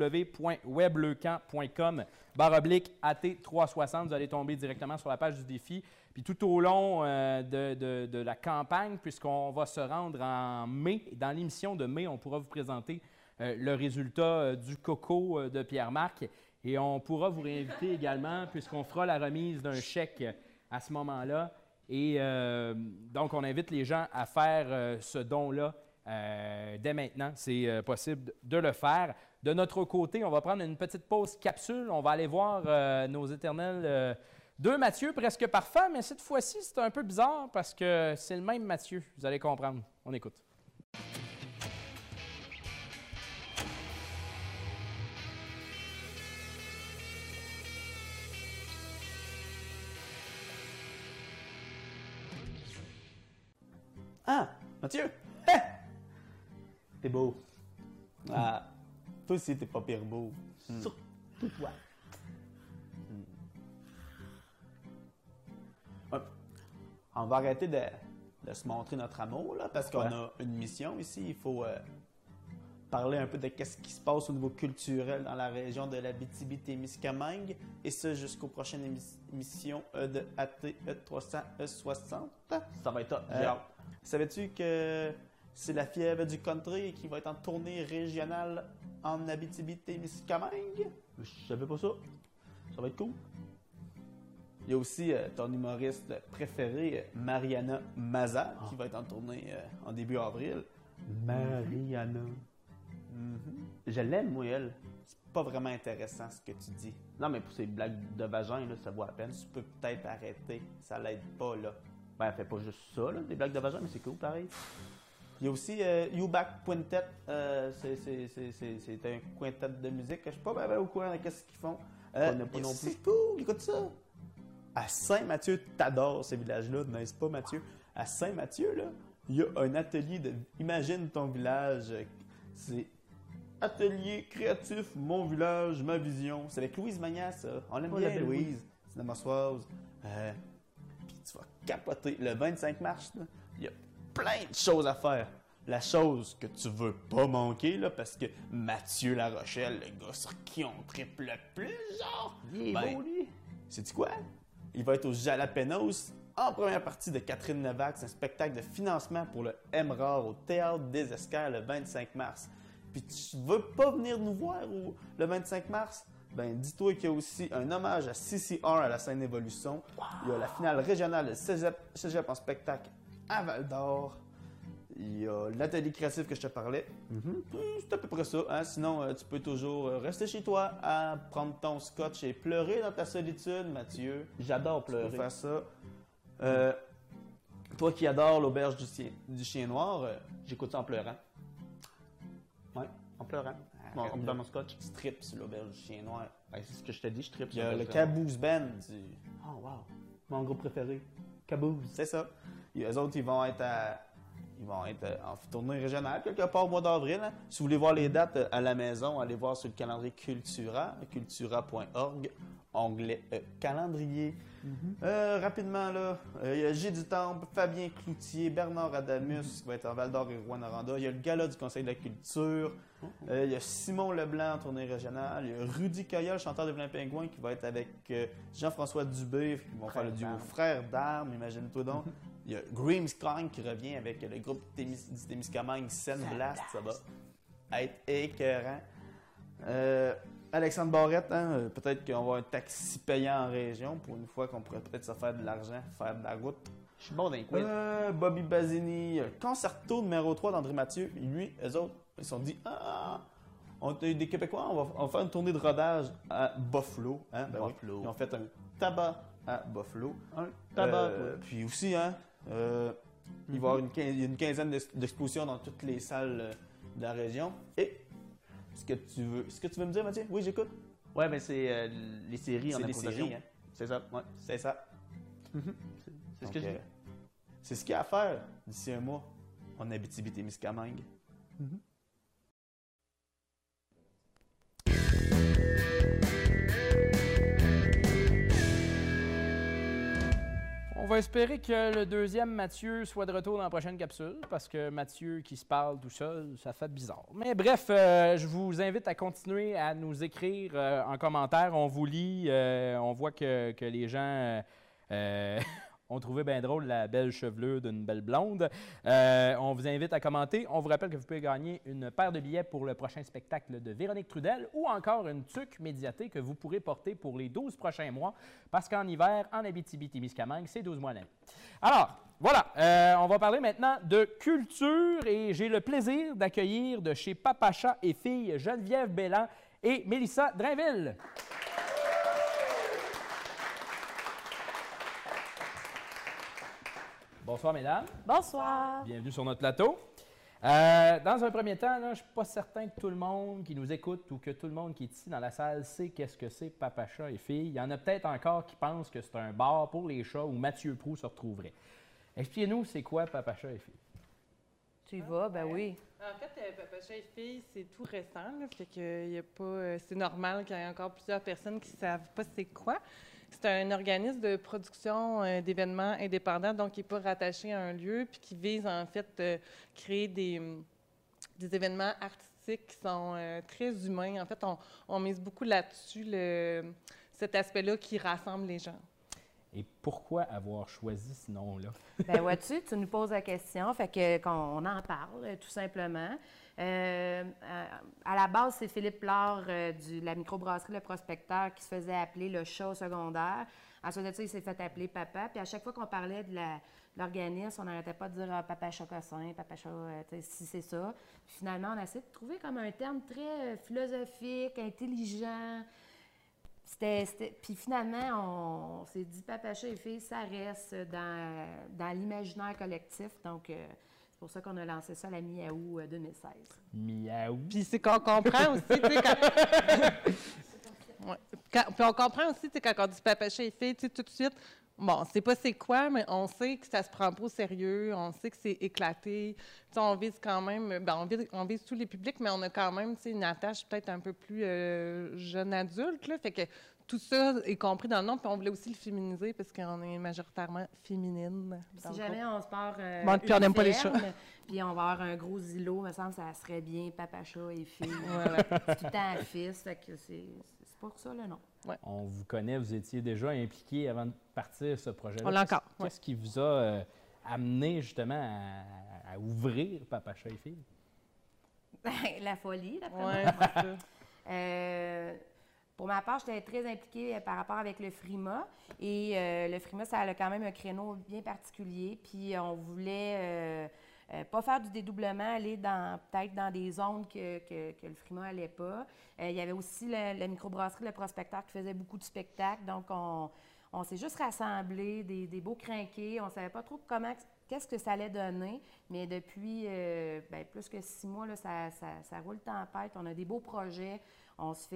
www.webleucan.com/AT360. Vous allez tomber directement sur la page du défi. Puis tout au long de la campagne, puisqu'on va se rendre en mai, dans l'émission de mai, on pourra vous présenter le résultat du coco de Pierre-Marc. Et on pourra vous réinviter également, puisqu'on fera la remise d'un chèque à ce moment-là. Et donc, on invite les gens à faire ce don-là dès maintenant. C'est possible de le faire. De notre côté, on va prendre une petite pause capsule. On va aller voir nos éternels deux Mathieu, presque parfaits, mais cette fois-ci, c'est un peu bizarre parce que c'est le même Mathieu. Vous allez comprendre. On écoute. Ah, Mathieu! T'es beau. Ah, toi aussi, t'es pas pire beau. Surtout toi. Ouais. On va arrêter de se montrer notre amour, là, parce qu'on a une mission ici. Il faut parler un peu de ce qui se passe au niveau culturel dans la région de l'Abitibi-Témiscamingue, et ça jusqu'aux prochaines émissions de AT360. Ça va être top. Savais-tu que c'est la fièvre du country qui va être en tournée régionale en Abitibi-Témiscamingue? Je savais pas ça. Ça va être cool. Il y a aussi ton humoriste préféré, Mariana Mazza, qui va être en tournée en début avril. Mariana. Je l'aime, moi, elle. C'est pas vraiment intéressant ce que tu dis. Non, mais pour ces blagues de vagin, là, ça vaut à peine. Tu peux peut-être arrêter. Ça l'aide pas, là. Ben, elle fait pas juste ça, là, des blagues de vagin, mais c'est cool, pareil. Il y a aussi U-Back Quintet. C'est un quintet de musique. Je suis pas bien au courant de qu'est-ce qu'ils font. C'est cool, écoute ça. À Saint-Mathieu, t'adores ces villages-là, n'est-ce pas, Mathieu? À Saint-Mathieu, là, il y a un atelier de... Imagine ton village. C'est Atelier créatif, mon village, ma vision. C'est avec Louise Magnas, ça. On aime bien Louise. C'est de Massoise. Puis tu vas capoter. Le 25 mars, là, il y a plein de choses à faire. La chose que tu veux pas manquer, là, parce que Mathieu Larochelle, le gars sur qui on triple le plus, genre... Il est beau, lui. Sais-tu quoi? Il va être au Jalapenos, en première partie de Catherine Levac. C'est un spectacle de financement pour le MRAR au Théâtre des Escales le 25 mars. Puis tu veux pas venir nous voir le 25 mars? Ben dis-toi qu'il y a aussi un hommage à CCR à la scène Évolution. Wow. Il y a la finale régionale de Cégep en spectacle à Val-d'Or. Il y a l'atelier créatif que je te parlais. C'est à peu près ça. Hein? Sinon, tu peux toujours rester chez toi à prendre ton scotch et pleurer dans ta solitude, Mathieu. J'adore pleurer. Tu peux faire ça. Toi qui adores l'auberge du chien noir, j'écoute ça en pleurant. Ouais, en pleurant. Dans mon scotch. Tu tripes sur l'auberge du chien noir. Ben, c'est ce que je te dis, je tripe. Il y a le Caboose Band. Oh, wow. Mon groupe préféré. Caboose. C'est ça. Eux autres, ils vont être Ils vont être en tournée régionale quelque part au mois d'avril. Hein. Si vous voulez voir les dates à la maison, allez voir sur le calendrier Cultura, cultura.org, onglet calendrier. Rapidement, là, il y a Gilles Dutemple, Fabien Cloutier, Bernard Adamus qui va être en Val-d'Or et Rouen-Noranda. Il y a le Gala du Conseil de la culture. Il y a Simon Leblanc en tournée régionale. Il y a Rudy Coyol, chanteur de Plein Pingouin, qui va être avec Jean-François Dubé. Ils vont faire le duo Frères d'armes, imagine-toi donc. Il y a Grimmskong qui revient avec le groupe du Témiscamingue, Scène Blast. Ça va être écœurant. Alexandre Barrette, hein, peut-être qu'on va avoir un taxi payant en région pour une fois qu'on pourrait peut-être se faire de l'argent, faire de la route. Je suis bon d'un quiz. Bobby Basini, concerto numéro 3 d'André Mathieu. Lui, eux autres, ils se sont dit on est des Québécois, on va faire une tournée de rodage à Buffalo. Hein? Ben Buffalo. Oui. Ils ont fait un tabac à Buffalo. Un tabac, Puis aussi, hein, il va y avoir une quinzaine d'expositions dans toutes les salles de la région. Et ce que tu veux me dire, Mathieu? Oui, j'écoute. Ouais, mais c'est les séries en improvisation. Séries, hein? C'est ça. Ouais, c'est ça. C'est ce que je dis. C'est ce qu'il y a à faire d'ici un mois en Abitibi-Témiscamingue. On va espérer que le deuxième Mathieu soit de retour dans la prochaine capsule, parce que Mathieu qui se parle tout seul, ça fait bizarre. Mais bref, je vous invite à continuer à nous écrire en commentaire. On vous lit, on voit que les gens ont trouvé bien drôle la belle chevelure d'une belle blonde. On vous invite à commenter. On vous rappelle que vous pouvez gagner une paire de billets pour le prochain spectacle de Véronique Trudel ou encore une tuque médiatée que vous pourrez porter pour les 12 prochains mois parce qu'en hiver, en Abitibi-Témiscamingue, c'est 12 mois l'année. Alors, voilà, on va parler maintenant de culture et j'ai le plaisir d'accueillir de chez Papa Chat et Filles Geneviève Belland et Mélissa Drainville. Bonsoir, mesdames. Bonsoir. Bienvenue sur notre plateau. Dans un premier temps, là, je ne suis pas certain que tout le monde qui nous écoute ou que tout le monde qui est ici dans la salle sait qu'est-ce que c'est Papa Chat et Filles. Il y en a peut-être encore qui pensent que c'est un bar pour les chats où Mathieu Proulx se retrouverait. Expliquez-nous, c'est quoi Papa Chat et Filles? Tu y vas? Ben oui. En fait, Papa Chat et Filles, c'est tout récent. Là, fait que y a pas, c'est normal qu'il y ait encore plusieurs personnes qui ne savent pas c'est quoi. C'est un organisme de production d'événements indépendants, donc qui n'est pas rattaché à un lieu, puis qui vise en fait créer des événements artistiques qui sont très humains. En fait, on mise beaucoup là-dessus, cet aspect-là qui rassemble les gens. Et pourquoi avoir choisi ce nom-là? Ben vois-tu, tu nous poses la question, fait que qu'on en parle, tout simplement. À la base, c'est Philippe Laure de la microbrasserie Le Prospecteur qui se faisait appeler le chat au secondaire. Ensuite de ça, il s'est fait appeler Papa. Puis à chaque fois qu'on parlait de l'organisme, on n'arrêtait pas de dire Papa Chat-Cossin, Papa Chat, si c'est ça. Puis finalement, on a essayé de trouver comme un terme très philosophique, intelligent. Puis finalement, on s'est dit Papa Chat et Filles, ça reste dans l'imaginaire collectif. Donc, c'est pour ça qu'on a lancé ça à la mi-août 2016. Miaou. Puis c'est qu'on comprend aussi, tu sais, puis on comprend aussi, tu sais, quand on dit Papa Chat et Filles, tu sais, tout de suite, bon, on ne sait pas c'est quoi, mais on sait que ça se prend pas au sérieux, on sait que c'est éclaté. Tu sais, on vise quand même, on vise tous les publics, mais on a quand même, tu sais, une attache peut-être un peu plus jeune adulte, là, fait que tout ça est compris dans le nom, puis on voulait aussi le féminiser parce qu'on est majoritairement féminine. Si jamais on se part puis on n'aime pas les chats. Puis on va avoir un gros îlot, me semble que ça serait bien Papa Chat et Filles. Voilà. Tout le temps fils, fait que c'est pour ça le nom. Ouais. On vous connaît, vous étiez déjà impliqué avant de partir ce projet-là. On l'a encore. Qu'est-ce qui vous a amené justement à ouvrir Papa Chat et Filles? La folie, d'après Ouais, moi. c'est ça. Pour ma part, j'étais très impliquée par rapport avec le FRIMA. Et le FRIMA, ça a quand même un créneau bien particulier. Puis on voulait pas faire du dédoublement, aller peut-être dans des zones que le FRIMA n'allait pas. Il y avait aussi la microbrasserie Le Prospecteur qui faisait beaucoup de spectacles. Donc on s'est juste rassemblés, des beaux crinqués. On ne savait pas trop qu'est-ce que ça allait donner. Mais depuis plus que 6 mois, là, ça roule tempête. On a des beaux projets. On se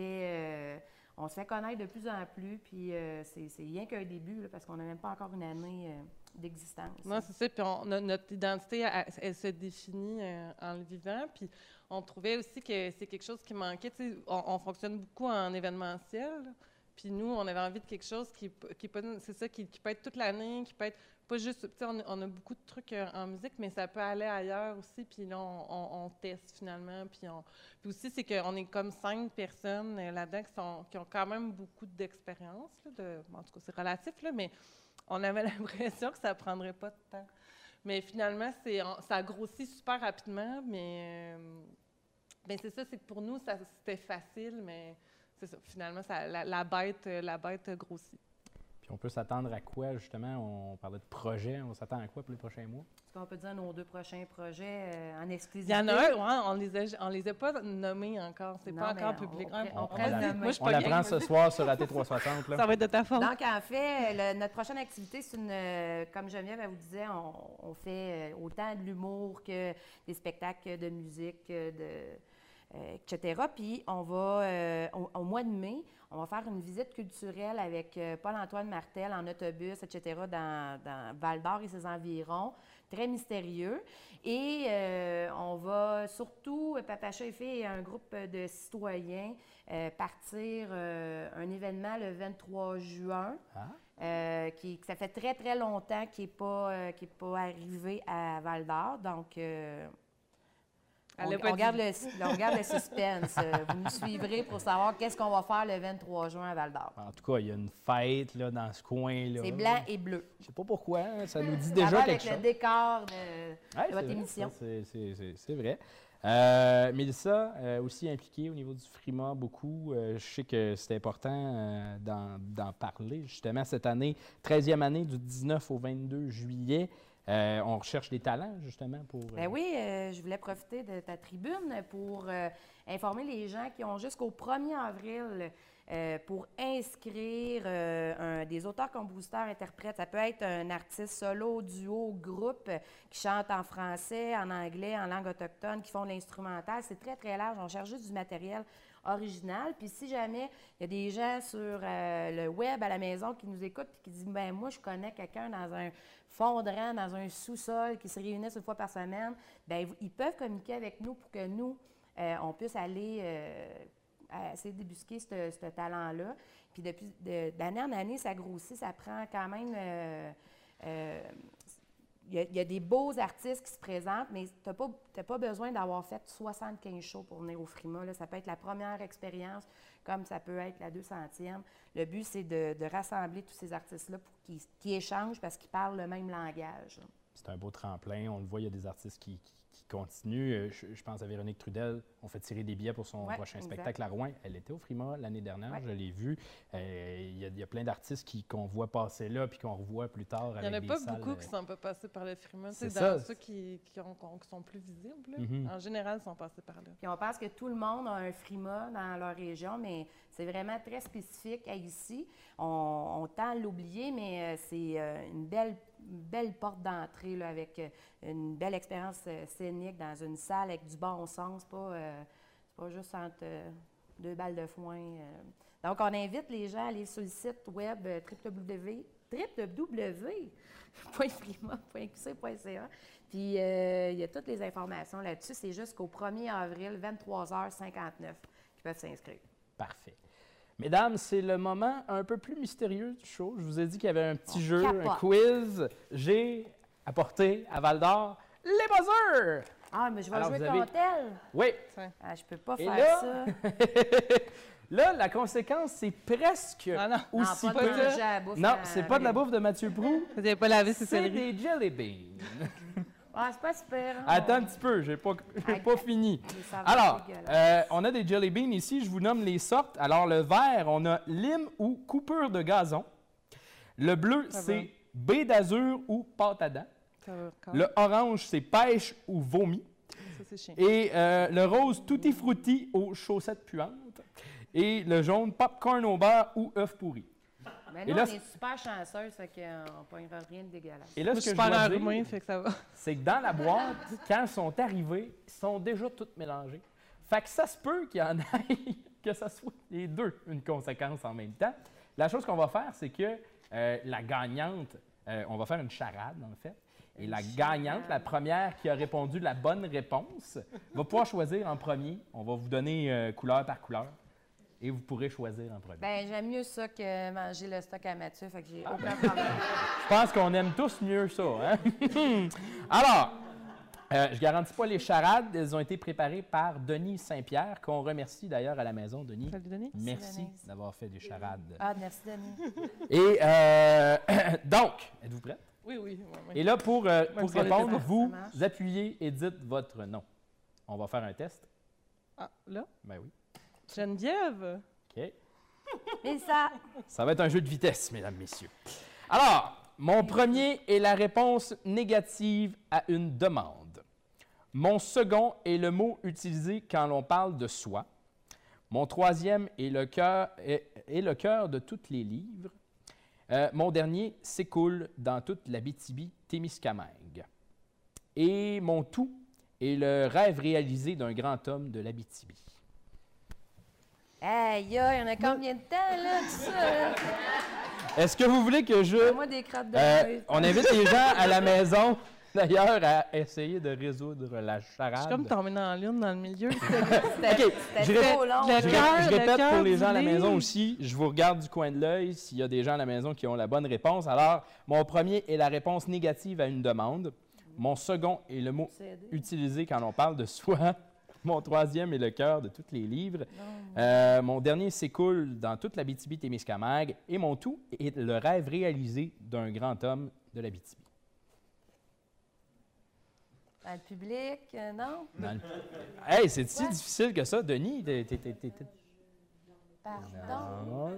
fait connaître de plus en plus, puis c'est rien qu'un début, là, parce qu'on n'a même pas encore une année d'existence. Non, c'est ça. Puis notre identité, elle se définit en le vivant. Puis on trouvait aussi que c'est quelque chose qui manquait. Tu sais, on fonctionne beaucoup en événementiel. Puis nous, on avait envie de quelque chose qui c'est ça, qui peut être toute l'année, qui peut être pas juste. Tu sais, on a beaucoup de trucs en musique, mais ça peut aller ailleurs aussi. Puis là, on teste finalement. Puis aussi, c'est qu'on est comme 5 personnes là-dedans qui ont quand même beaucoup d'expérience. En tout cas, c'est relatif, là, mais on avait l'impression que ça prendrait pas de temps. Mais finalement, ça grossit super rapidement. Mais c'est ça, c'est que pour nous, c'était facile, mais. C'est ça. Finalement, la bête grossit. Puis on peut s'attendre à quoi, justement? On parlait de projets. On s'attend à quoi pour les prochains mois? Est-ce qu'on peut dire nos 2 prochains projets en exclusivité? Il y en a un, ouais, on les a pas nommés encore. C'est pas encore public. On l'apprend ce soir sur AT360. Là. Ça va être de ta faute. Donc, en fait, notre prochaine activité, c'est comme Geneviève elle vous disait, on fait autant de l'humour que des spectacles de musique, etc. Puis, on va, au mois de mai, on va faire une visite culturelle avec Paul-Antoine Martel en autobus, etc., dans Val-d'Or et ses environs. Très mystérieux. Et on va surtout, Papa-Chat et Filles et un groupe de citoyens, partir un événement le 23 juin. Ça fait très, très longtemps qu'il n'est pas arrivé à Val-d'Or. Donc, on garde le suspense. Vous nous suivrez pour savoir qu'est-ce qu'on va faire le 23 juin à Val-d'Or. En tout cas, il y a une fête là, dans ce coin-là. C'est blanc et bleu. Je ne sais pas pourquoi, hein, ça nous dit déjà quelque chose. Avec le décor de votre émission. C'est vrai. Mélissa, aussi impliquée au niveau du FRIMA, beaucoup. Je sais que c'est important d'en parler. Justement, cette année, 13e année, du 19 au 22 juillet. On recherche des talents, justement, pour... Ben oui, je voulais profiter de ta tribune pour informer les gens qui ont jusqu'au 1er avril pour inscrire des auteurs, compositeurs, interprètes. Ça peut être un artiste solo, duo, groupe qui chante en français, en anglais, en langue autochtone, qui font de l'instrumental. C'est très, très large. On cherche juste du matériel original. Puis si jamais il y a des gens sur le web à la maison qui nous écoutent et qui disent « ben moi, je connais quelqu'un dans un fondement, dans un sous-sol qui se réunissent une fois par semaine », bien, ils peuvent communiquer avec nous pour que nous, on puisse aller essayer de débusquer ce talent-là. Puis d'année en année, ça grossit, ça prend quand même... Il y a des beaux artistes qui se présentent, mais tu n'as pas besoin d'avoir fait 75 shows pour venir au FRIMA. Là. Ça peut être la première expérience, comme ça peut être la 200e. Le but, c'est de rassembler tous ces artistes-là pour qu'ils échangent parce qu'ils parlent le même langage. C'est un beau tremplin. On le voit, il y a des artistes qui continuent. Je pense à Véronique Trudel. On fait tirer des billets pour son prochain spectacle à Rouen. Elle était au FRIMA l'année dernière, je l'ai vu. Il y a plein d'artistes qu'on voit passer là puis qu'on revoit plus tard avec des salles. Il n'y en a pas beaucoup qui ne sont pas passés par le FRIMA. C'est ceux qui sont plus visibles. Là. En général, ils sont passés par là. Puis on pense que tout le monde a un FRIMA dans leur région, mais c'est vraiment très spécifique à ici. On tend à l'oublier, mais c'est une belle porte d'entrée là, avec une belle expérience scénique dans une salle avec du bon son. C'est pas juste entre 2 balles de foin. Donc, on invite les gens à aller sur le site web www.frima.qc.ca. Puis, il y a toutes les informations là-dessus. C'est jusqu'au 1er avril, 23h59, qui peuvent s'inscrire. Parfait. Mesdames, c'est le moment un peu plus mystérieux du show. Je vous ai dit qu'il y avait un petit jeu, un quiz. J'ai apporté à Val-d'Or les buzzers! Ah, mais je vais jouer contre elle? Oui. Ah, je peux pas faire ça. Là, la conséquence, c'est presque aussi peu. Non, c'est pas de la bouffe de Mathieu Proulx. Vous n'avez pas lavé ses C'est des jelly beans. Ah, c'est pas super. Hein? Attends un petit peu, j'ai pas fini. Alors, on a des jelly beans ici, je vous nomme les sortes. Alors, le vert, on a lime ou coupure de gazon. Le bleu, c'est baie d'azur ou pâte à dents. Le orange, c'est pêche ou vomi. Ça, c'est chiant. Et le rose, tutti frutti aux chaussettes puantes. Et le jaune, popcorn au beurre ou œuf pourri. Mais nous, on est super chanceux, fait qu'on ne pognera rien de dégueulasse. Et là, ce que je dois dire, c'est que dans la boîte, quand ils sont arrivés, ils sont déjà tous mélangés. Fait que ça se peut qu'il y en ait, que ça soit les deux une conséquence en même temps. La chose qu'on va faire, c'est que la gagnante On va faire une charade, en fait. Et la gagnante, la première qui a répondu la bonne réponse, va pouvoir choisir en premier. On va vous donner couleur par couleur. Et vous pourrez choisir en premier. Ben, j'aime mieux ça que manger le stock à Mathieu, fait que j'ai aucun problème. Je pense qu'on aime tous mieux ça, hein? Alors, je garantis pas les charades. Elles ont été préparées par Denis Saint-Pierre, qu'on remercie d'ailleurs à la maison, Denis. Salut, Denis. Merci d'avoir fait des charades. Ah, merci, Denis. Et donc, êtes-vous prête? Oui, oui. Et là, pour si on répondre, l'était pas. vous Ça marche. appuyez et dites votre nom. On va faire un test. Ah, là? Ben oui. Geneviève. OK. Et ça, Ça va être un jeu de vitesse, mesdames, messieurs. Alors, mon premier est la réponse négative à une demande. Mon second est le mot utilisé quand l'on parle de soi. Mon troisième est le cœur de tous les livres. Mon dernier s'écoule dans toute l'Abitibi-Témiscamingue. Et mon tout est le rêve réalisé d'un grand homme de l'Abitibi. aïe, aïe, on a combien de temps, là, tout ça? Là? Est-ce que vous voulez que je... Moi, des crottes de feuilles. on invite les gens à la maison, d'ailleurs, à essayer de résoudre la Je charade. suis comme tombée dans la lune dans le milieu. OK, C'était trop long. je répète cœur pour les du gens à la livre. maison aussi, je vous regarde du coin de l'œil s'il y a des gens à la maison qui ont la bonne réponse. Alors, mon premier est la réponse négative à une demande. Mon second est le mot utilisé quand on parle de soi. Mon troisième est le cœur de tous les livres. Mon dernier s'écoule dans toute l'Abitibi-Témiscamingue. Et mon tout est le rêve réalisé d'un grand homme de l'Abitibi. Dans le public, non? Hey, c'est si difficile que ça, Denis? Pardon?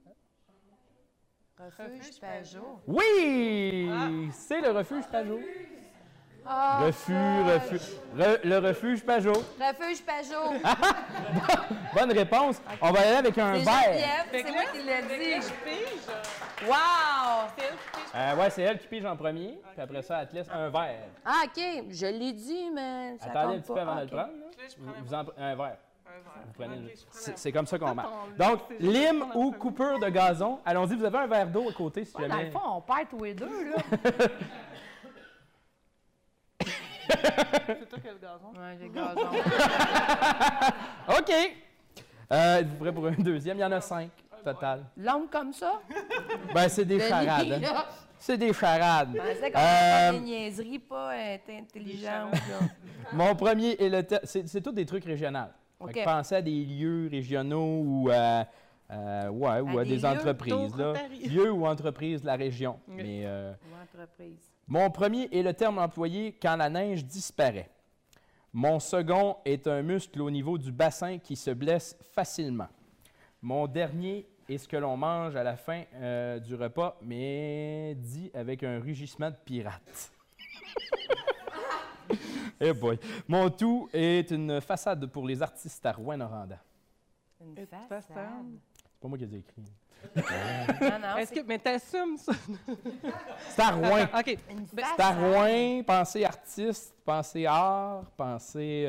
Refuge Pajot. Oui! C'est le refuge Pajot. Ah, Le refuge Pajot. Refuge Pajot. Bonne réponse. On va y aller avec un C'est verre. Geneviève, c'est moi qui l'ai dit. Wow! Ouais, c'est elle qui pige en premier, puis après ça, elle te laisse un verre. Ah, OK, je l'ai dit, mais ça Attendez un compte petit peu pas. avant Ah, de le OK. prendre. Là. Un verre. Vous prenez c'est comme ça qu'on marche. Donc, lime ou coupure de gazon. Allons-y, vous avez un verre d'eau à côté si Ouais, dans jamais. le fond, on perd tous les deux, là. C'est toi qui as le gazon. Ouais, j'ai le gazon. OK. Êtes-vous prêts pour un deuxième? Il y en a 5 total. Longue comme ça? Ben, c'est des Denis, charades. Hein? là. C'est des charades. Je pensais qu'on avait des niaiseries pas intelligentes, là. Mon premier est le... C'est tous des trucs régionaux. OK. Fait que pensez à des lieux régionaux ou à des des lieux entreprises. Là. Rotary. Lieux ou entreprises de la région. OK. Mais, Ou entreprise. mon premier est le terme employé quand la neige disparaît. Mon second est un muscle au niveau du bassin qui se blesse facilement. Mon dernier est ce que l'on mange à la fin du repas, mais dit avec un rugissement de pirate. Eh boy. Mon tout est une façade pour les artistes à Rouyn-Noranda. Une Et façade. façade. C'est pas moi qui ai écrit. Non, non, Est-ce que. Mais t'assumes ça? C'est à Rouen. OK. une Ben, C'est à façade. Rouen. Pensez artiste, pensez art, pensez...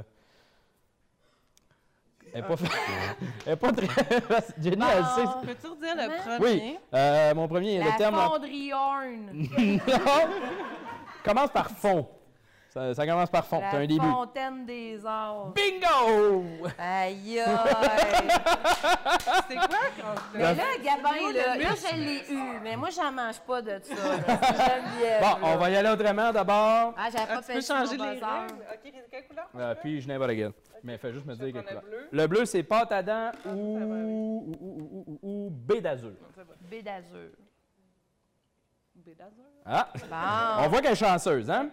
Elle n'est pas très... Jenny, elle sait... Peux-tu redire le Comment? premier? Oui, mon premier est le La terme... fonderie Horn. Non! Commence par fond. Ça commence par fond. C'est un La début. fontaine des arts. Bingo! Aïe, aïe. C'est quoi quand Mais là, Gabin, là, le là, muscle. je l'ai eu. Mais moi, j'en mange pas de ça. là. C'est Geneviève, Bon, là. on va y aller autrement d'abord. Ah, j'avais pas Tu peux fait changer mon les buzzer. règles? OK, quelle couleur? Puis je n'ai pas la gueule. Mais fais juste me dire Je quelle prends le couleur. bleu. Le bleu, c'est pâte à dents ou baie d'azur. B d'azur. Bédazur. Ah! Bon. On voit qu'elle est chanceuse, hein?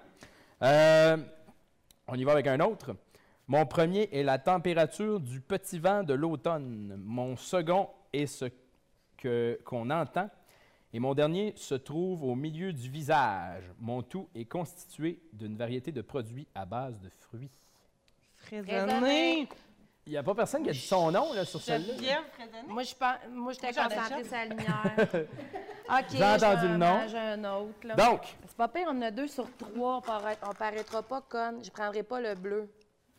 On y va avec un autre. Mon premier est la température du petit vent de l'automne. Mon second est ce qu'on entend. Et mon dernier se trouve au milieu du visage. Mon tout est constitué d'une variété de produits à base de fruits. Raisonné. Il n'y a pas personne qui a dit son nom là, sur celle-là. Geneviève raisonné. Moi, j'étais j'en concentrée achète. sur la lumière. OK, J'ai entendu le nom. J'ai un autre. Là. Donc, C'est pas pire, on en a 2 sur 3. On paraîtra pas conne. Je prendrai pas le bleu.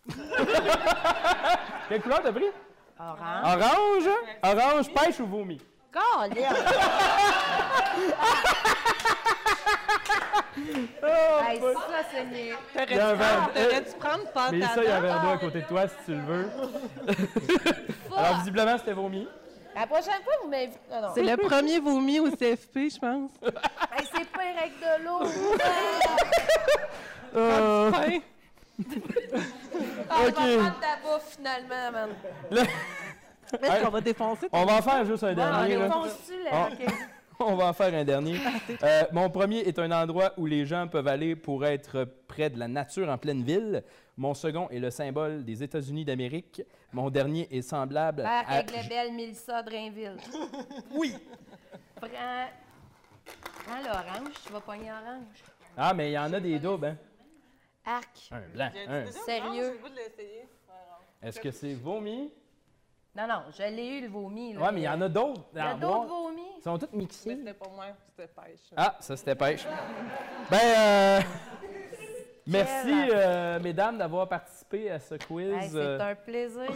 quelle couleur t'as pris? Orange. Orange? Orange, pêche ou vomi? Caliste! Hey, ça, c'est mieux. Il y a un verre- T'aurais-tu prendre pâte Mais à ça, il y a un dents? verre d'eau à côté de toi si tu le veux. Alors, visiblement, c'était vomi. La prochaine fois, vous m'invitez. Non, non. C'est le premier vomi au CFP, je pense. Hey, c'est pire avec de l'eau. Fin. Ah, OK. je vais prendre ta bouffe, finalement, man. Est-ce qu'on va défoncer? On va en faire juste un dernier. On là. défonce-tu, là? Ah. OK. On va en faire un dernier. Mon premier est un endroit où les gens peuvent aller pour être près de la nature en pleine ville. Mon second est le symbole des États-Unis d'Amérique. Mon dernier est semblable Faire à... avec les belles Mélissa Drainville. Oui! Prends l'orange, tu vas pogner orange. Ah, mais il y en a des doubles, hein? Arc. Un blanc. Un. Sérieux? J'ai le goût de l'essayer. Est-ce que c'est vomi? Non, non, je l'ai eu, le vomi. Là, Oui, mais il y en a d'autres. Il y a d'autres vomis. Ils sont tous Mais mixés. c'était pas moi, c'était pêche. Ah, ça, c'était pêche. Merci, mesdames, d'avoir participé à ce quiz. Hey, c'est un plaisir.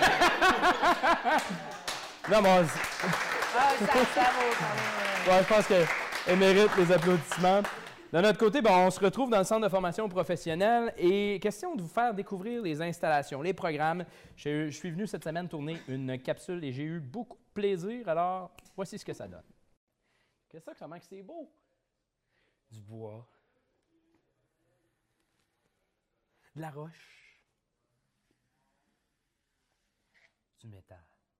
Non, mais Ah, ça vaut quand même. ouais, je pense qu'elle mérite les applaudissements. De notre côté, ben, on se retrouve dans le centre de formation professionnelle et question de vous faire découvrir les installations, les programmes. Je suis venu cette semaine tourner une capsule et j'ai eu beaucoup de plaisir. Alors, voici ce que ça donne. Qu'est-ce que ça, comment que c'est beau? Du bois. De la roche. Du métal.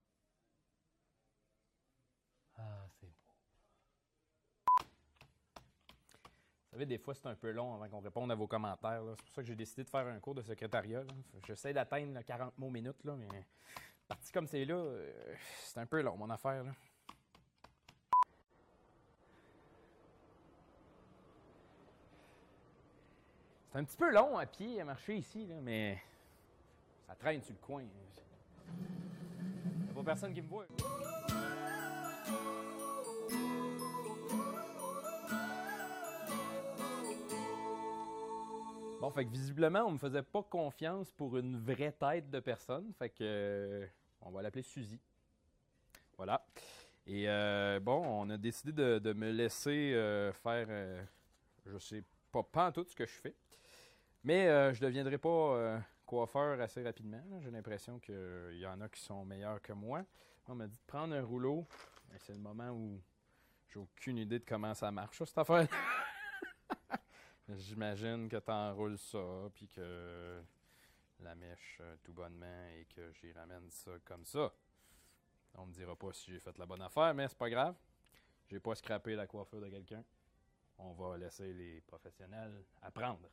Ah, c'est beau. Vous savez, des fois, c'est un peu long avant qu'on réponde à vos commentaires. là. C'est pour ça que j'ai décidé de faire un cours de secrétariat. là. J'essaie d'atteindre là, 40 mots minutes, là, mais parti comme c'est là, c'est un peu long, mon affaire. Là. C'est un petit peu long à pied à marcher ici, là, mais ça traîne sur le coin. Il n'y a pas personne qui me voit. Bon, fait que visiblement, on me faisait pas confiance pour une vraie tête de personne. Fait que on va l'appeler Suzy. Voilà. Et bon, on a décidé de me laisser faire, je sais pas en tout ce que je fais. Mais je deviendrai pas coiffeur assez rapidement. J'ai l'impression qu'il y en a qui sont meilleurs que moi. On m'a dit de prendre un rouleau. Et c'est le moment où j'ai aucune idée de comment ça marche, cette affaire. J'imagine que tu enroules ça, puis que la mèche tout bonnement et que j'y ramène ça comme ça. On me dira pas si j'ai fait la bonne affaire, mais c'est pas grave. J'ai pas scrappé la coiffure de quelqu'un. On va laisser les professionnels apprendre.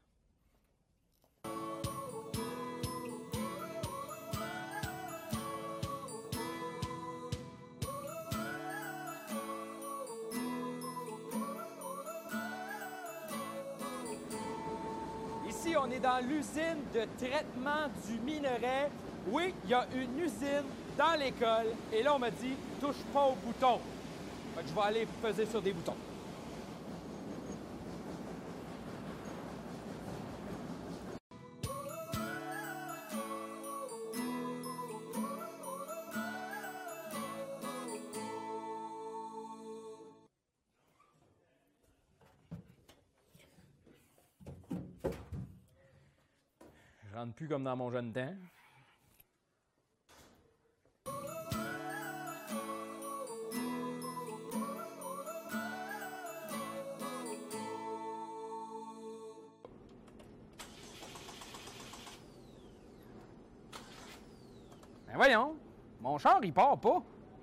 Ici, on est dans l'usine de traitement du minerai. Oui, il y a une usine dans l'école. Et là, on m'a dit, touche pas aux boutons. Fait que je vais aller peser sur des boutons. Je rentre plus comme dans mon jeune temps. Ben voyons, mon char, il part pas.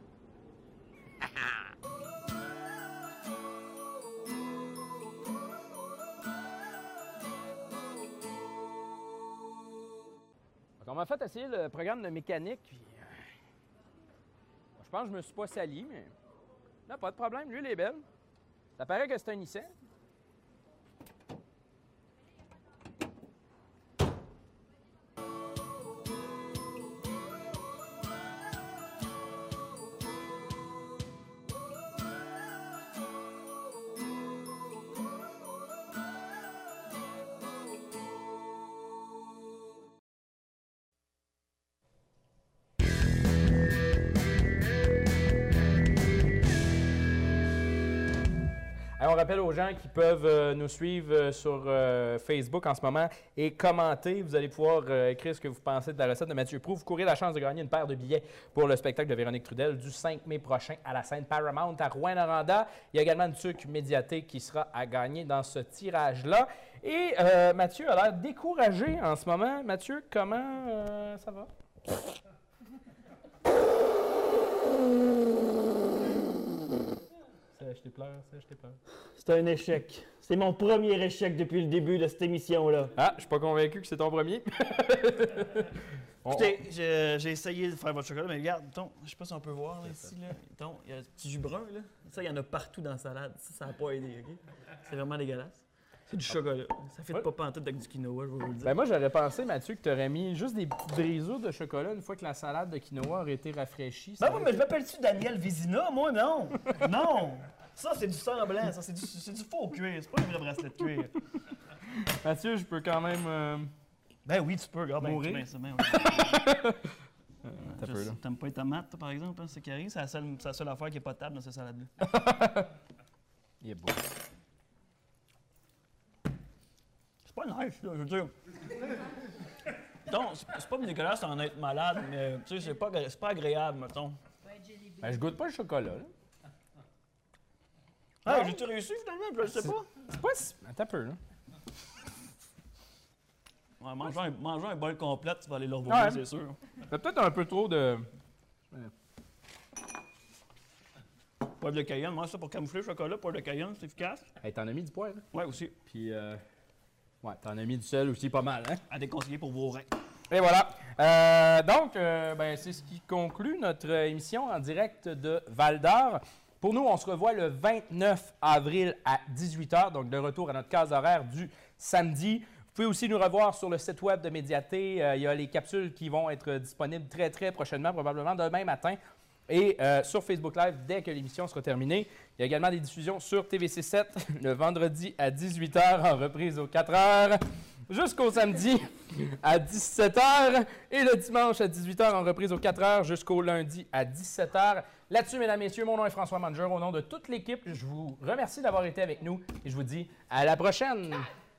On m'a fait essayer le programme de mécanique, puis je pense que je me suis pas sali, mais non, pas de problème, l'huile est belle. Ça paraît que c'est un Nissan. On rappelle aux gens qui peuvent nous suivre sur Facebook en ce moment et commenter. Vous allez pouvoir écrire ce que vous pensez de la recette de Mathieu Proulx. Vous courez la chance de gagner une paire de billets pour le spectacle de Véronique Trudel du 5 mai prochain à la scène Paramount à Rouyn-Noranda. Il y a également une tuque médiathèque qui sera à gagner dans ce tirage-là. Et Mathieu a l'air découragé en ce moment. Mathieu, comment ça va? Je t'ai pleuré, je t'ai pleuré. C'est un échec. C'est mon premier échec depuis le début de cette émission-là. Ah, je suis pas convaincu que c'est ton premier. Écoutez, j'ai essayé de faire votre chocolat, mais regarde, je sais pas si on peut voir là, ici. Là. Il y a un petit jus brun. Là. Ça, il y en a partout dans la salade. Ça n'a pas aidé. Okay? C'est vraiment dégueulasse. C'est du chocolat. Ça fait pas pantoute avec du quinoa, je vais vous le dire. Ben moi, j'aurais pensé, Mathieu, que tu aurais mis juste des petites brisures de chocolat une fois que la salade de quinoa aurait été rafraîchie. Ben oui, mais je m'appelle-tu Daniel Vézina? Moi, non. Non. Ça, c'est du semblant. Ça, c'est du faux cuir. C'est pas un vrai bracelet de cuir. Mathieu, je peux quand même... Ben oui, tu peux. Regarde, mourir. T'aimes pas les tomates, toi, par exemple, hein, c'est qui arrive? C'est la seule affaire qui est potable dans cette salade-là. Il est beau. C'est pas nice, là, je veux dire. Donc, c'est pas dégueulasse d'en être malade, mais tu sais, c'est pas agréable, mettons. Ben, je goûte pas le chocolat, là. Ah, j'ai-tu réussi, finalement? Je le sais pas. C'est pas si... Attends un peu, là. Ouais, manger un bol complet, tu vas aller le revoir, c'est sûr. C'est peut-être un peu trop de... Poivre de Cayenne, moi, ça pour camoufler le chocolat, poivre de Cayenne, c'est efficace. Hey, t'en as mis du poivre? Ouais, aussi. Puis, ouais, t'en as mis du sel aussi pas mal, hein? À déconseiller pour vos reins. Et voilà. Donc, ben, c'est ce qui conclut notre émission en direct de Val-d'Or. Pour nous, on se revoit le 29 avril à 18h, donc de retour à notre case horaire du samedi. Vous pouvez aussi nous revoir sur le site web de Médiaté. Il y a les capsules qui vont être disponibles très, très prochainement, probablement demain matin. Et sur Facebook Live, dès que l'émission sera terminée. Il y a également des diffusions sur TVC7 le vendredi à 18h, en reprise aux 4h, jusqu'au samedi à 17h et le dimanche à 18h, en reprise aux 4h, jusqu'au lundi à 17h. Là-dessus, mesdames, messieurs, mon nom est François Manger. Au nom de toute l'équipe, je vous remercie d'avoir été avec nous et je vous dis à la prochaine!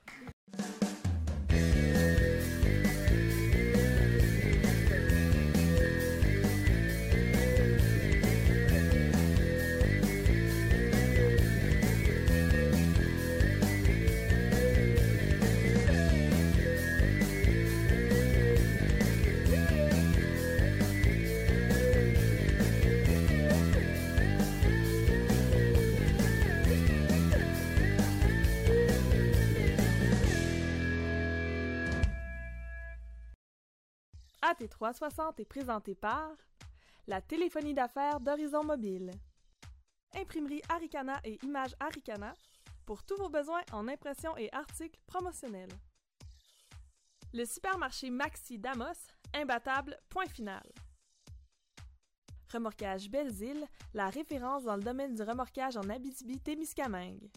AT360 est présenté par la téléphonie d'affaires d'Horizon Mobile, Imprimerie Aricana et Images Aricana pour tous vos besoins en impression et articles promotionnels. Le supermarché Maxi d'Amos, imbattable, point final. Remorquage Belles-Îles, la référence dans le domaine du remorquage en Abitibi-Témiscamingue.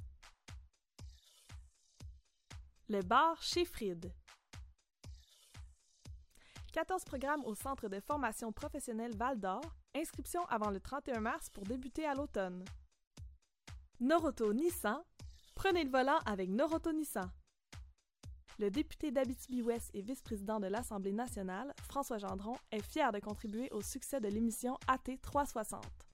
Le bar chez Fried. 14 programmes au Centre de formation professionnelle Val-d'Or, inscription avant le 31 mars pour débuter à l'automne. Noroto Nissan, prenez le volant avec Noroto Nissan. Le député d'Abitibi-Ouest et vice-président de l'Assemblée nationale, François Gendron, est fier de contribuer au succès de l'émission AT360.